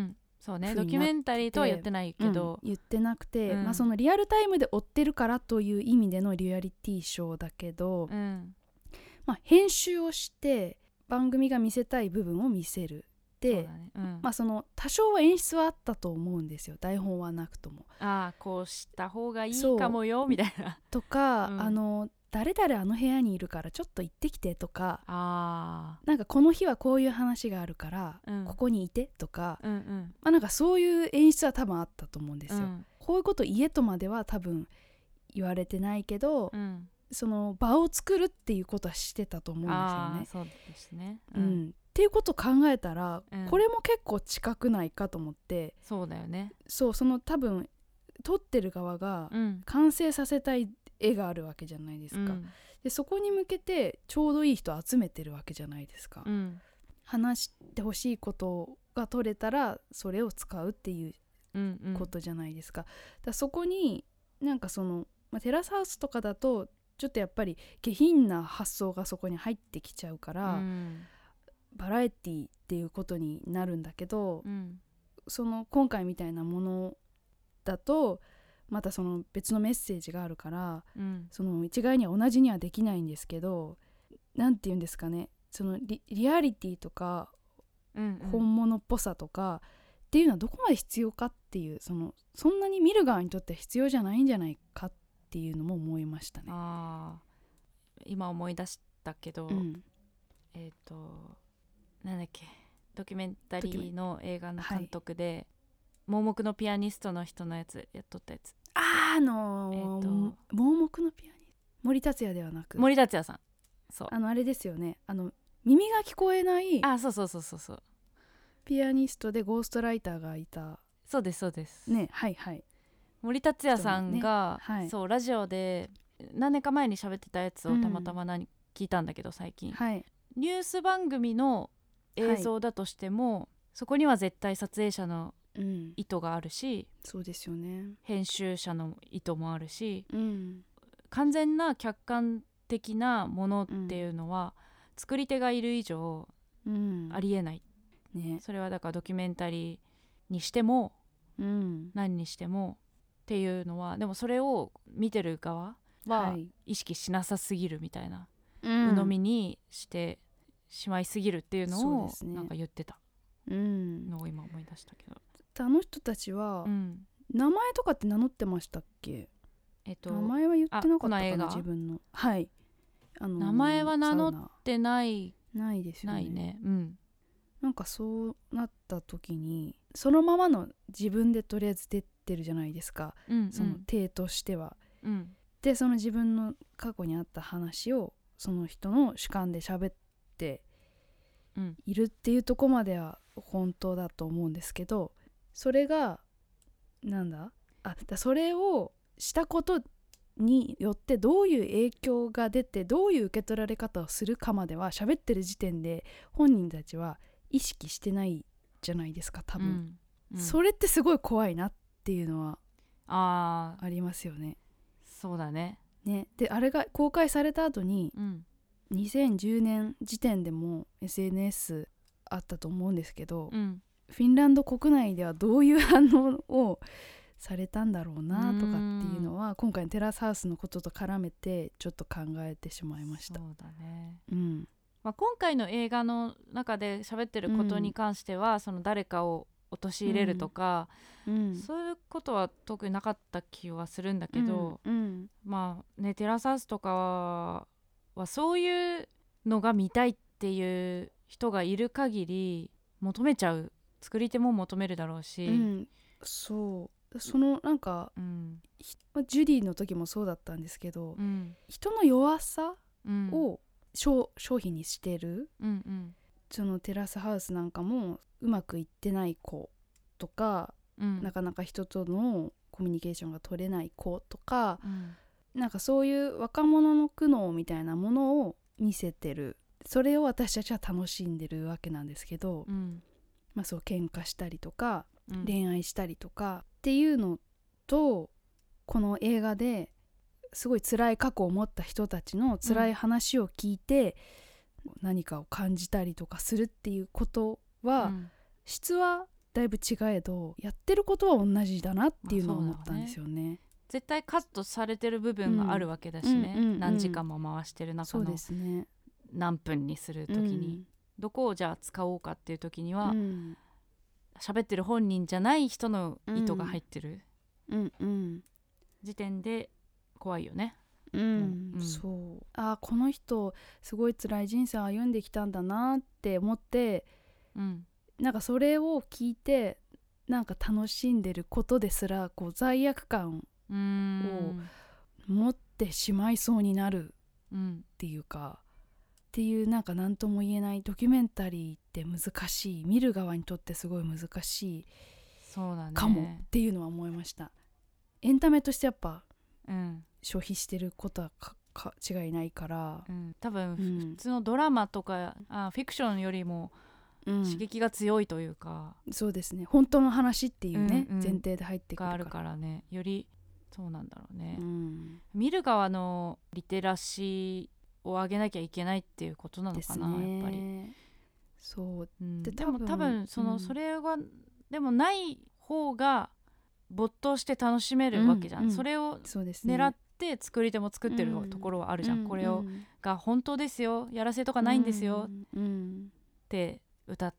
そうね、ドキュメンタリーとは言ってないけど、 言ってなくて、そのリアルタイムで追ってるからという意味でのリアリティショーだけど、編集をして番組が見せたい部分を見せるで、その多少は演出はあったと思うんですよ、台本はなくとも。 こうした方がいいかもよみたいなとか、誰々あの部屋にいるからちょっと行ってきてとか、なんかこの日はこういう話があるから、ここにいてとか、なんかそういう演出は多分あったと思うんですよ、こういうこと言えとまでは多分言われてないけど、その場を作るっていうことはしてたと思うんですよね。 そうですね、 っていうことを考えたら、これも結構近くないかと思って。 そうだよね。 その多分撮ってる側が完成させたい絵があるわけじゃないですか、でそこに向けてちょうどいい人集めてるわけじゃないですか、話してほしいことが撮れたらそれを使うっていうことじゃないですか。だそこになんかその、テラスハウスとかだとちょっとやっぱり下品な発想がそこに入ってきちゃうから、バラエティっていうことになるんだけど、その今回みたいなものだとまたその別のメッセージがあるから、その一概には同じにはできないんですけど、なんて言うんですかね、その リアリティとか、本物っぽさとかっていうのはどこまで必要かっていう、そんなに見る側にとって必要じゃないんじゃないかっていうのも思いましたね。 今思い出したけど、なんだっけ、ドキュメンタリーの映画の監督で、盲目のピアニストの人のやつやっとったやつ、 盲目のピアニスト、森達也ではなく森達也さん、そうあれですよね、耳が聞こえない、 そうピアニストでゴーストライターがいた、 そうですね、 森達也さんが、そうラジオで何年か前に喋ってたやつをたまたま聞いたんだけど、最近、ニュース番組の映像だとしても、そこには絶対撮影者の意図があるし、 そうですよね、 編集者の意図もあるし、完全な客観的なものっていうのは、作り手がいる以上、ありえない、それはだからドキュメンタリーにしても、何にしてもっていうのは、でもそれを見てる側は意識しなさすぎるみたいな、鵜呑みにしてしまいすぎるっていうのをなんか言ってたのを今思い出したけど、 あの人たちは、名前とかって名乗ってましたっけ？名前は言ってなかったかな、自分の。 名前は名乗ってないですよね。 ないね。 なんかそうなった時にそのままの自分でとりあえず出てるじゃないですか、その体としては。でその自分の過去にあった話をその人の主観で喋っているっていうとこまでは本当だと思うんですけど、それがそれをしたことによってどういう影響が出て、どういう受け取られ方をするかまでは喋ってる時点で本人たちは意識してないじゃないですか、多分。それってすごい怖いなっていうのはありますよね。 そうだね。 であれが公開された後に、2010年時点でも SNS あったと思うんですけど、フィンランド国内ではどういう反応をされたんだろうなとかっていうのは、今回のテラスハウスのことと絡めてちょっと考えてしまいました。 そうだね。今回の映画の中で喋ってることに関しては、その誰かを陥れるとか、そういうことは特になかった気はするんだけど、テラスハウスとかはそういうのが見たいっていう人がいる限り求めちゃう、作り手も求めるだろうし、 そのなんか、ジュディの時もそうだったんですけど、人の弱さを商品にしてる、そのテラスハウスなんかもうまくいってない子とか、なかなか人とのコミュニケーションが取れない子とか、なんかそういう若者の苦悩みたいなものを見せてる、それを私たちは楽しんでるわけなんですけど、そう喧嘩したりとか、恋愛したりとかっていうのと、この映画ですごい辛い過去を持った人たちの辛い話を聞いて、何かを感じたりとかするっていうことは、質はだいぶ違えどやってることは同じだなっていうのを思ったんですよね。 絶対カットされてる部分があるわけだしね、何時間も回してる中の何分にする時に、どこをじゃあ使おうかっていう時には、喋ってる本人じゃない人の意図が入ってる、時点で怖いよね。 そう、この人すごい辛い人生を歩んできたんだなって思って、なんかそれを聞いてなんか楽しんでることですらこう罪悪感を持ってしまいそうになるっていうか、っていうなんか何とも言えない。ドキュメンタリーって難しい、見る側にとってすごい難しいかもっていうのは思いました。エンタメとしてやっぱ、消費してることは違いないから、 多分、普通のドラマとかフィクションよりも刺激が強いというか、 そうですね、本当の話っていうね、前提で入ってくるからがあるからね、よりそうなんだろうね、見る側のリテラシーを上げなきゃいけないっていうことなのかな、やっぱりそう、 でも多分それがでもない方が没頭して楽しめるわけじゃん、それを狙って作り手も作ってるところはあるじゃん、これが本当ですよ、やらせとかないんですよ、って歌って、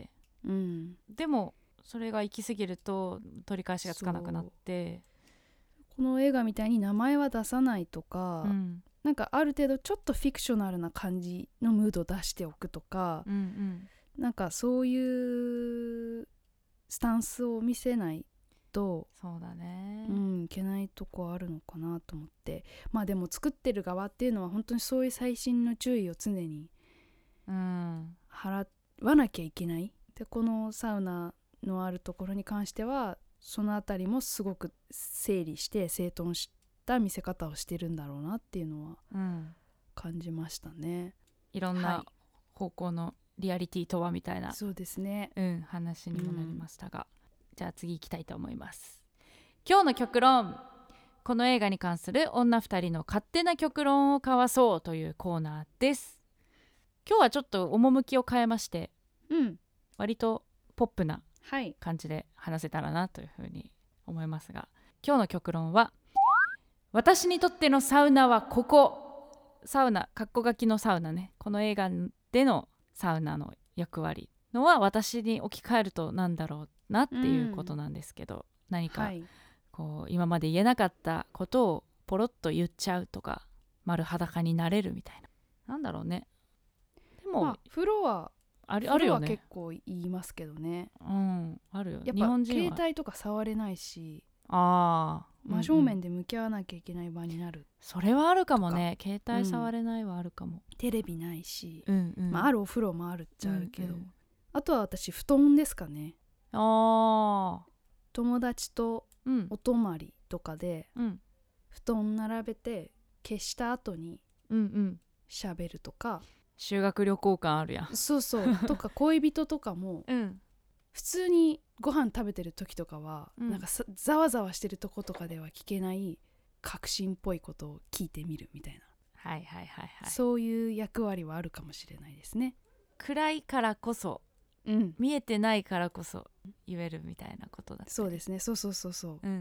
でもそれが行き過ぎると取り返しがつかなくなって、 この映画みたいに名前は出さないとか、なんかある程度ちょっとフィクショナルな感じのムードを出しておくとか、なんかそういうスタンスを見せないと、 そうだね、 いけないとこあるのかなと思って、まあでも作ってる側っていうのは本当にそういう細心の注意を常に払わなきゃいけない。でこのサウナのあるところに関してはそのあたりもすごく整理して整頓した見せ方をしてるんだろうなっていうのは感じましたね。 いろんな方向のリアリティとはみたいな、 そうですね、 話にもなりましたが、じゃあ次行きたいと思います。今日の極論、この映画に関する女2人の勝手な極論を交わそうというコーナーです。今日はちょっと趣を変えまして、割とポップな感じで話せたらなというふうに思いますが、今日の極論は、私にとってのサウナはここ。サウナ、括弧書きのサウナね、この映画でのサウナの役割のは私に置き換えるとなんだろうなっていうことなんですけど、何かこう今まで言えなかったことをポロッと言っちゃうとか、丸裸になれるみたいな、なんだろうね。でも、 風呂はあるよね。 結構言いますけどね。 あるよ。 やっぱ日本人は携帯とか触れないし、 真正面で向き合わなきゃいけない場になる。 それはあるかもね。携帯触れないはあるかも。 テレビないし、 あるお風呂もあるっちゃあるけど、あとは私布団ですかね。友達とお泊まりとかで、布団並べて消した後に喋るとか、 修学旅行感あるやん。 そうとか恋人とかも、普通にご飯食べてる時とかは、なんかざわざわしてるとことかでは聞けない革新っぽいことを聞いてみるみたいな、そういう役割はあるかもしれないですね。 暗いからこそ、見えてないからこそ言えるみたいなことだったり。 そうですね、そう、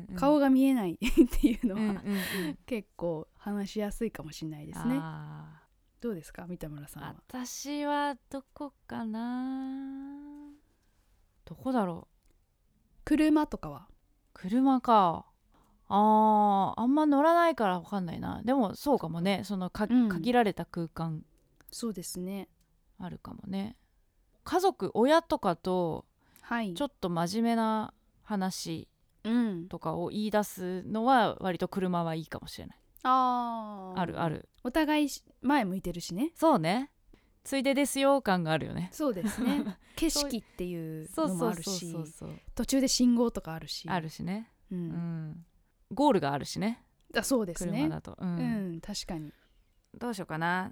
顔が見えないっていうのは、結構話しやすいかもしれないですね。どうですか、三田村さんは。 私はどこかな。どこだろう。 車とかは。 車か。あんま乗らないから分かんないな。でもそうかもね。その限られた空間、 そうですね、 あるかもね。家族、親とかとちょっと真面目な話とかを言い出すのは割と車はいいかもしれない。ある。 お互い前向いてるしね。 そうね、ついでですよ感があるよね。 そうですね景色っていうのもあるし、途中で信号とかあるしね、ゴールがあるしね。 そうですね、 車だと、 確かに。 どうしようかな。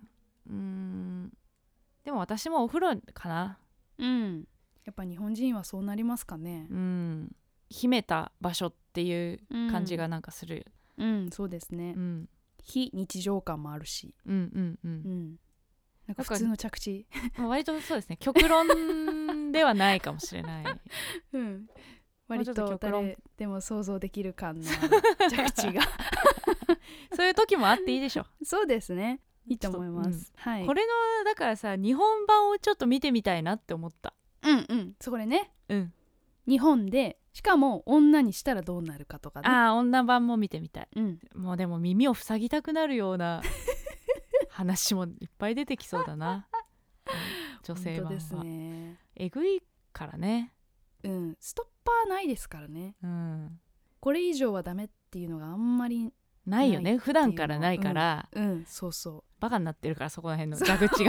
でも私もお風呂かな。 やっぱ日本人はそうなりますかね。 秘めた場所っていう感じがなんかする。 そうですね、非日常感もあるし、なんか普通の着地割とそうですね極論ではないかもしれない、 うん、割と誰でも想像できる感の着地がそういう時もあっていいでしょ。 そうですね、いいと思います、はい、 これのだからさ日本版をちょっと見てみたいなって思った。 うんうん、そこでね、 うん、 日本でしかも女にしたらどうなるかとかね。 ああ女版も見てみたい、 うん、 もうでも耳を塞ぎたくなるような話もいっぱい出てきそうだな女性版は。本当ですね、えぐいからね、 うん、ストッパーないですからね、 うん、 これ以上はダメっていうのがあんまりないよね、普段からないから、 うん、うん、そうそうバカになってるからそこら辺の蛇口が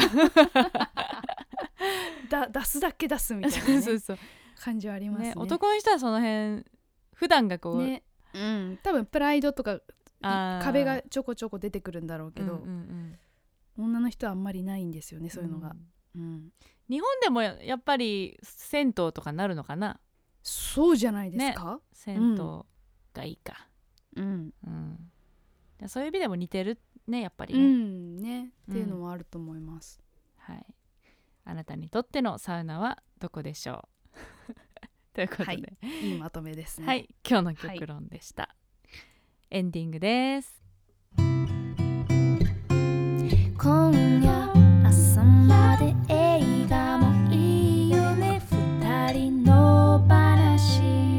出すだけ出すみたいな、ね、 そうそう感じはありますね。 男の人はその辺普段がこう、 ね、うん、多分プライドとか壁がちょこちょこ出てくるんだろうけど、女の人はあんまりないんですよね、そういうのが、うん、 日本でもやっぱり銭湯とかなるのかな。 そうじゃないですか、 ね、銭湯がいいか、 うんうん、 そういう意味でも似てるねやっぱりね、 うんね、っていうのもあると思います、 はい、あなたにとってのサウナはどこでしょうということで、はい、 いいまとめですね。 はい、今日の極論でした、はい、エンディングです。今夜朝まで映画もいいよね、二人の話。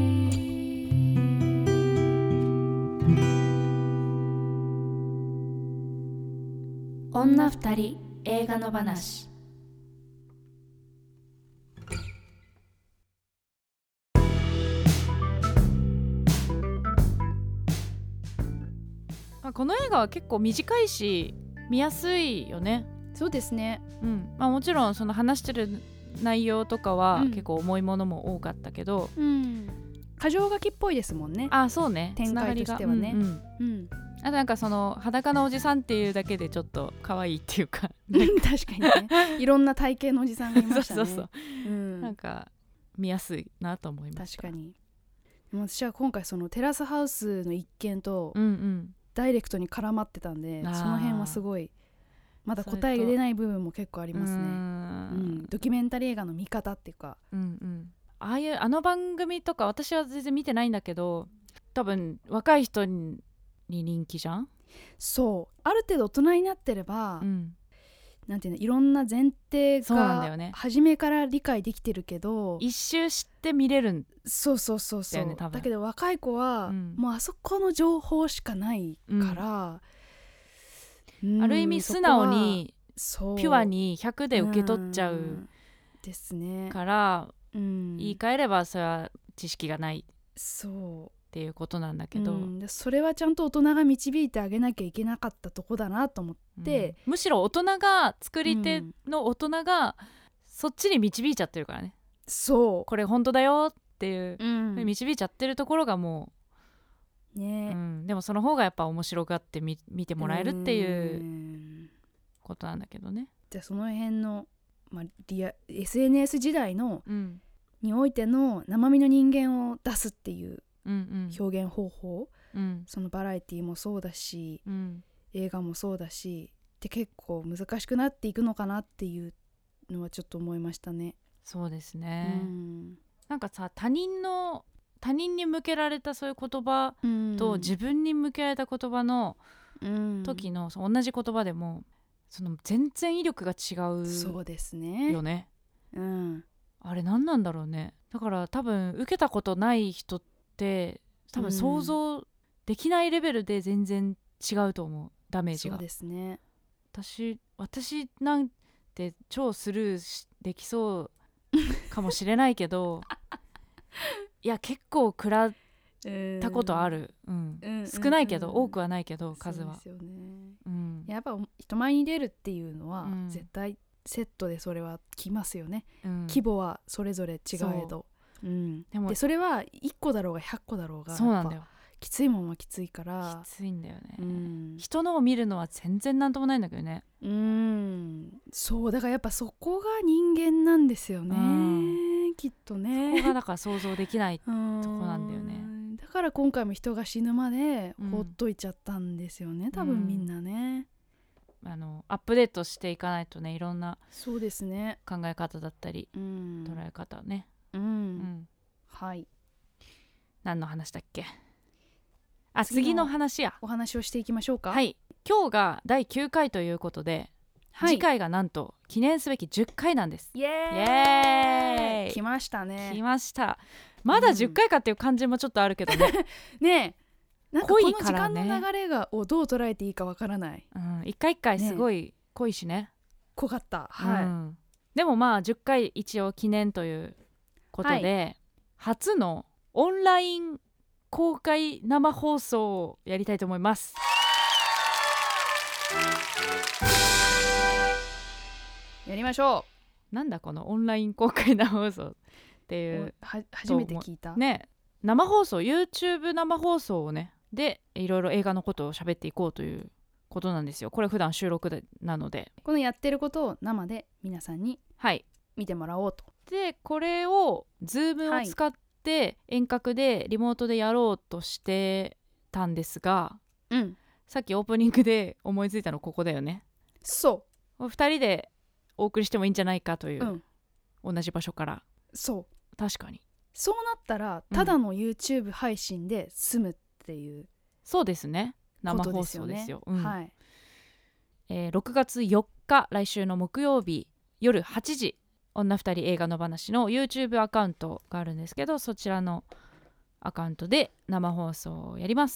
女二人映画の話。この映画は結構短いし見やすいよね。 そうですね、 うんまあ、もちろんその話してる内容とかは結構重いものも多かったけど、 うん、箇条書きっぽいですもんね。 あ、そうね、 展開としてはね、うんうんうん、あとなんかその裸のおじさんっていうだけでちょっと可愛いっていうか確かにねいろんな体型のおじさんがいましたねそうそうそう、うん、なんか見やすいなと思いました。 確かに。でも私は今回そのテラスハウスの一件と、 うんうん、 ダイレクトに絡まってたんで、その辺はすごいまだ答えが出ない部分も結構ありますね、うん、ドキュメンタリー映画の見方っていうか、 うんうん、あの番組とか私は全然見てないんだけど、多分若い人に人気じゃん。 そうある程度大人になってれば、なんていうの、いろんな前提が初めから理解できてるけど、 一周知って見れるんだよね。 そうそうそうそう、だけど若い子は、もうあそこの情報しかないから、 ある意味素直にピュアに100で受け取っちゃうですねから、言い換えればそれは知識がないそうっていうことなんだけど、 それはちゃんと大人が導いてあげなきゃいけなかったとこだなと思って、 むしろ大人が作り手の大人がそっちに導いちゃってるからね。 そうこれ本当だよっていう、導いちゃってるところがもうね、 でもその方がやっぱ面白がって見てもらえるっていうことなんだけどね。 じゃあその辺の、SNS 時代の、においての生身の人間を出すっていう表現方法、そのバラエティもそうだし、映画もそうだしで結構難しくなっていくのかなっていうのはちょっと思いましたね。 そうですね、なんかさ他人に向けられたそういう言葉と自分に向けられた言葉の時の、同じ言葉でもその全然威力が違うよね。 そうですね、 あれ何なんだろうね。だから多分受けたことない人って多分想像できないレベルで全然違うと思う、ダメージが。 そうですね。 私なんて超スルーできそうかもしれないけどいや結構食らったことある、少ないけど、多くはないけど数は。そうですよね、やっぱ人前に出るっていうのは、絶対セットでそれはきますよね、規模はそれぞれ違えど、でそれは1個だろうが100個だろうが、 そうなんだよ、 きついもんはきついから。 きついんだよね、人のを見るのは全然なんともないんだけどね。 そうだからやっぱそこが人間なんですよね、きっとね。 そこがだから想像できないとこなんだよね。 だから今回も人が死ぬまでほっといちゃったんですよね、多分みんなね。 アップデートしていかないとね、いろんなそうですね考え方だったり、捉え方ね、 はい。 何の話だっけ。次の話や。 お話をしていきましょうか。 はい、今日が第9回ということで、次回がなんと記念すべき10回なんです。 イエーイ、来ましたね。 来ました。まだ10回かっていう感じもちょっとあるけどね。 ねえ、なんかこの時間の流れがをどう捉えていいかわからない。 一回一回すごい濃いしね。 濃かった。 でもまあ10回一応記念ということで、初のオンライン公開生放送をやりたいと思います。 やりましょう。なんだこのオンライン公開生放送っていう、 初めて聞いたね。生放送 YouTube 生放送をねでいろいろ映画のことを喋っていこうということなんですよ。これ普段収録なので、 このやってることを生で皆さんに見てもらおうと。 でこれを Zoom を使って遠隔でリモートでやろうとしてたんですが、さっきオープニングで思いついたのここだよね。 そう 2人でお送りしてもいいんじゃないかという、同じ場所から。 そう確かにそうなったらただの YouTube 配信で済むっていう、 そうですね、生放送ですよ。6月4日来週の木曜日夜8時女2人映画の話の YouTube アカウントがあるんですけど、そちらのアカウントで生放送をやります。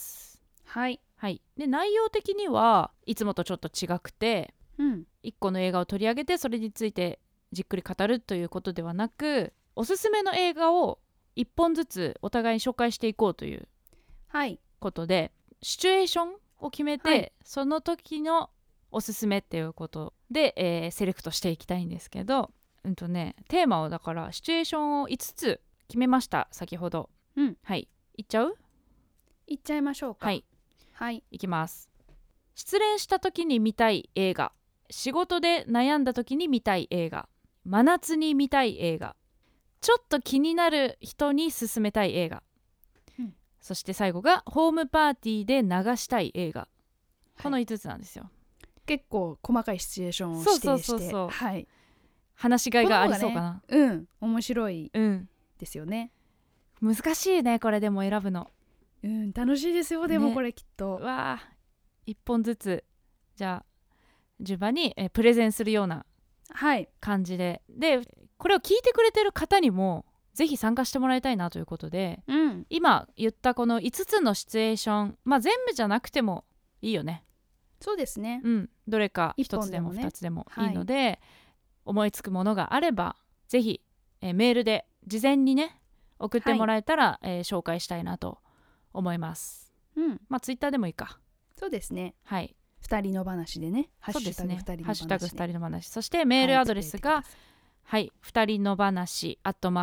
で内容的にはいつもとちょっと違くて、1個の映画を取り上げてそれについてじっくり語るということではなく、おすすめの映画を1本ずつお互いに紹介していこうということで、シチュエーションを決めて、その時のおすすめっていうことで、セレクトしていきたいんですけど、テーマをだからシチュエーションを5つ決めました先ほど。いっちゃう？ いっちゃいましょうか。いきます。失恋した時に見たい映画、仕事で悩んだ時に見たい映画、真夏に見たい映画、ちょっと気になる人に勧めたい映画、そして最後がホームパーティーで流したい映画、この5つなんですよ。 結構細かいシチュエーションを指定して話しがいがありそうかな。 面白いですよね。 難しいねこれ。でも選ぶの楽しいですよ。でもこれきっとわあ、1本ずつじゃあ順番にプレゼンするような感じで、でこれを聞いてくれてる方にもぜひ参加してもらいたいなということで、今言ったこの5つのシチュエーション、全部じゃなくてもいいよね。 そうですね、 どれか1つでも2つでもいいので、思いつくものがあればぜひ、メールで事前にね送ってもらえたら、紹介したいなと思います。ツイッターでもいいか。 そうですね。2人の話でね、ハッシュタグ2 人の話、そしてメールアドレスが2人の話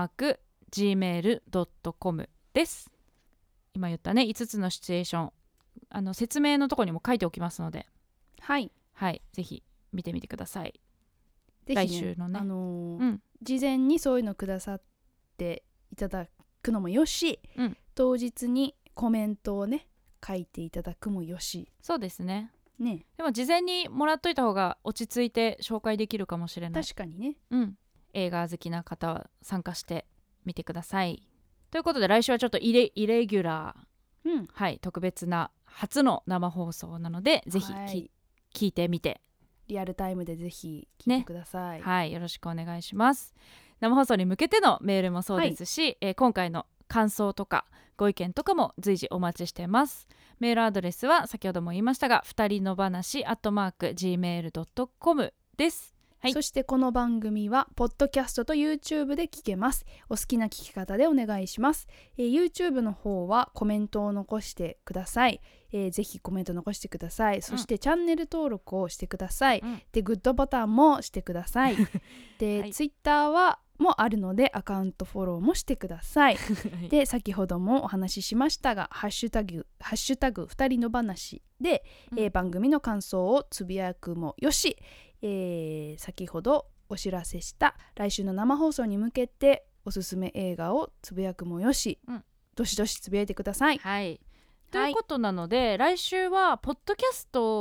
@gmail.com です。今言ったね5つのシチュエーション、説明のところにも書いておきますので、ぜひ見てみてください。来週のね、 事前にそういうのくださっていただくのもよし、当日にコメントをね書いていただくもよし。 そうですね。でも事前にもらっといた方が落ち着いて紹介できるかもしれない。 確かにね。 映画好きな方は参加してみてください。ということで来週はちょっとイレギュラー、特別な初の生放送なので、ぜひ聞いてみて、 リアルタイムでぜひ聞いてください。 よろしくお願いします。生放送に向けてのメールもそうですし、今回の感想とかご意見とかも随時お待ちしています。メールアドレスは先ほども言いましたが、2人の話@gmail.com です。 そしてこの番組はポッドキャストと YouTube で聞けます。お好きな聞き方でお願いします。YouTube の方はコメントを残してください。ぜひコメント残してください。そしてチャンネル登録をしてください。でグッドボタンもしてください。で、Twitter はもあるのでアカウントフォローもしてください。で先ほどもお話ししましたがハッシュタグ2人の話で、番組の感想をつぶやくもよし、先ほどお知らせした来週の生放送に向けておすすめ映画をつぶやくもよし、どしどしつぶやいてください。 ということなので、来週はポッドキャスト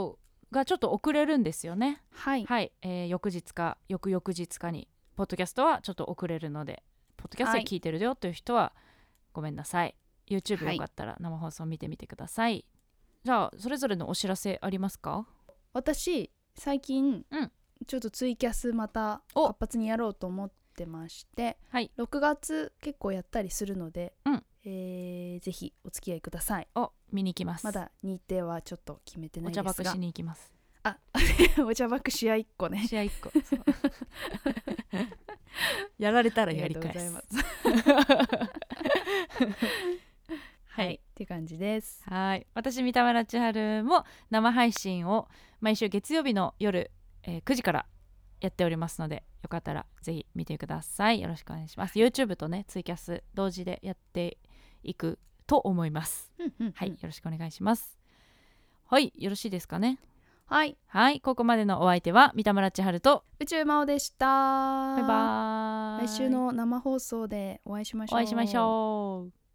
がちょっと遅れるんですよね。 はい、 はい、翌日か翌々日かにポッドキャストはちょっと遅れるので、ポッドキャストで聞いてるよという人はごめんなさい。YouTube よかったら生放送見てみてください。じゃあそれぞれのお知らせありますか？ 私最近、ちょっとツイキャスまた活発にやろうと思ってまして、6月結構やったりするので、ぜひお付き合いください。 見に行きます。 まだ日程はちょっと決めてないですが、 お茶爆しに行きます。 お茶爆試合1個ね。 試合1個やられたらやり返す。 はい、って感じです。 はい、私三田村千春も生配信を毎週月曜日の夜、9時からやっておりますので、よかったらぜひ見てください。よろしくお願いします。 YouTube とねツイキャス同時でやっていくと思います。はい、よろしくお願いします。はい、よろしいですかね。 はい、 はい、ここまでのお相手は三田村千春と宇宙魔王でした。 バイバーイ。 来週の生放送でお会いしましょう。 お会いしましょう。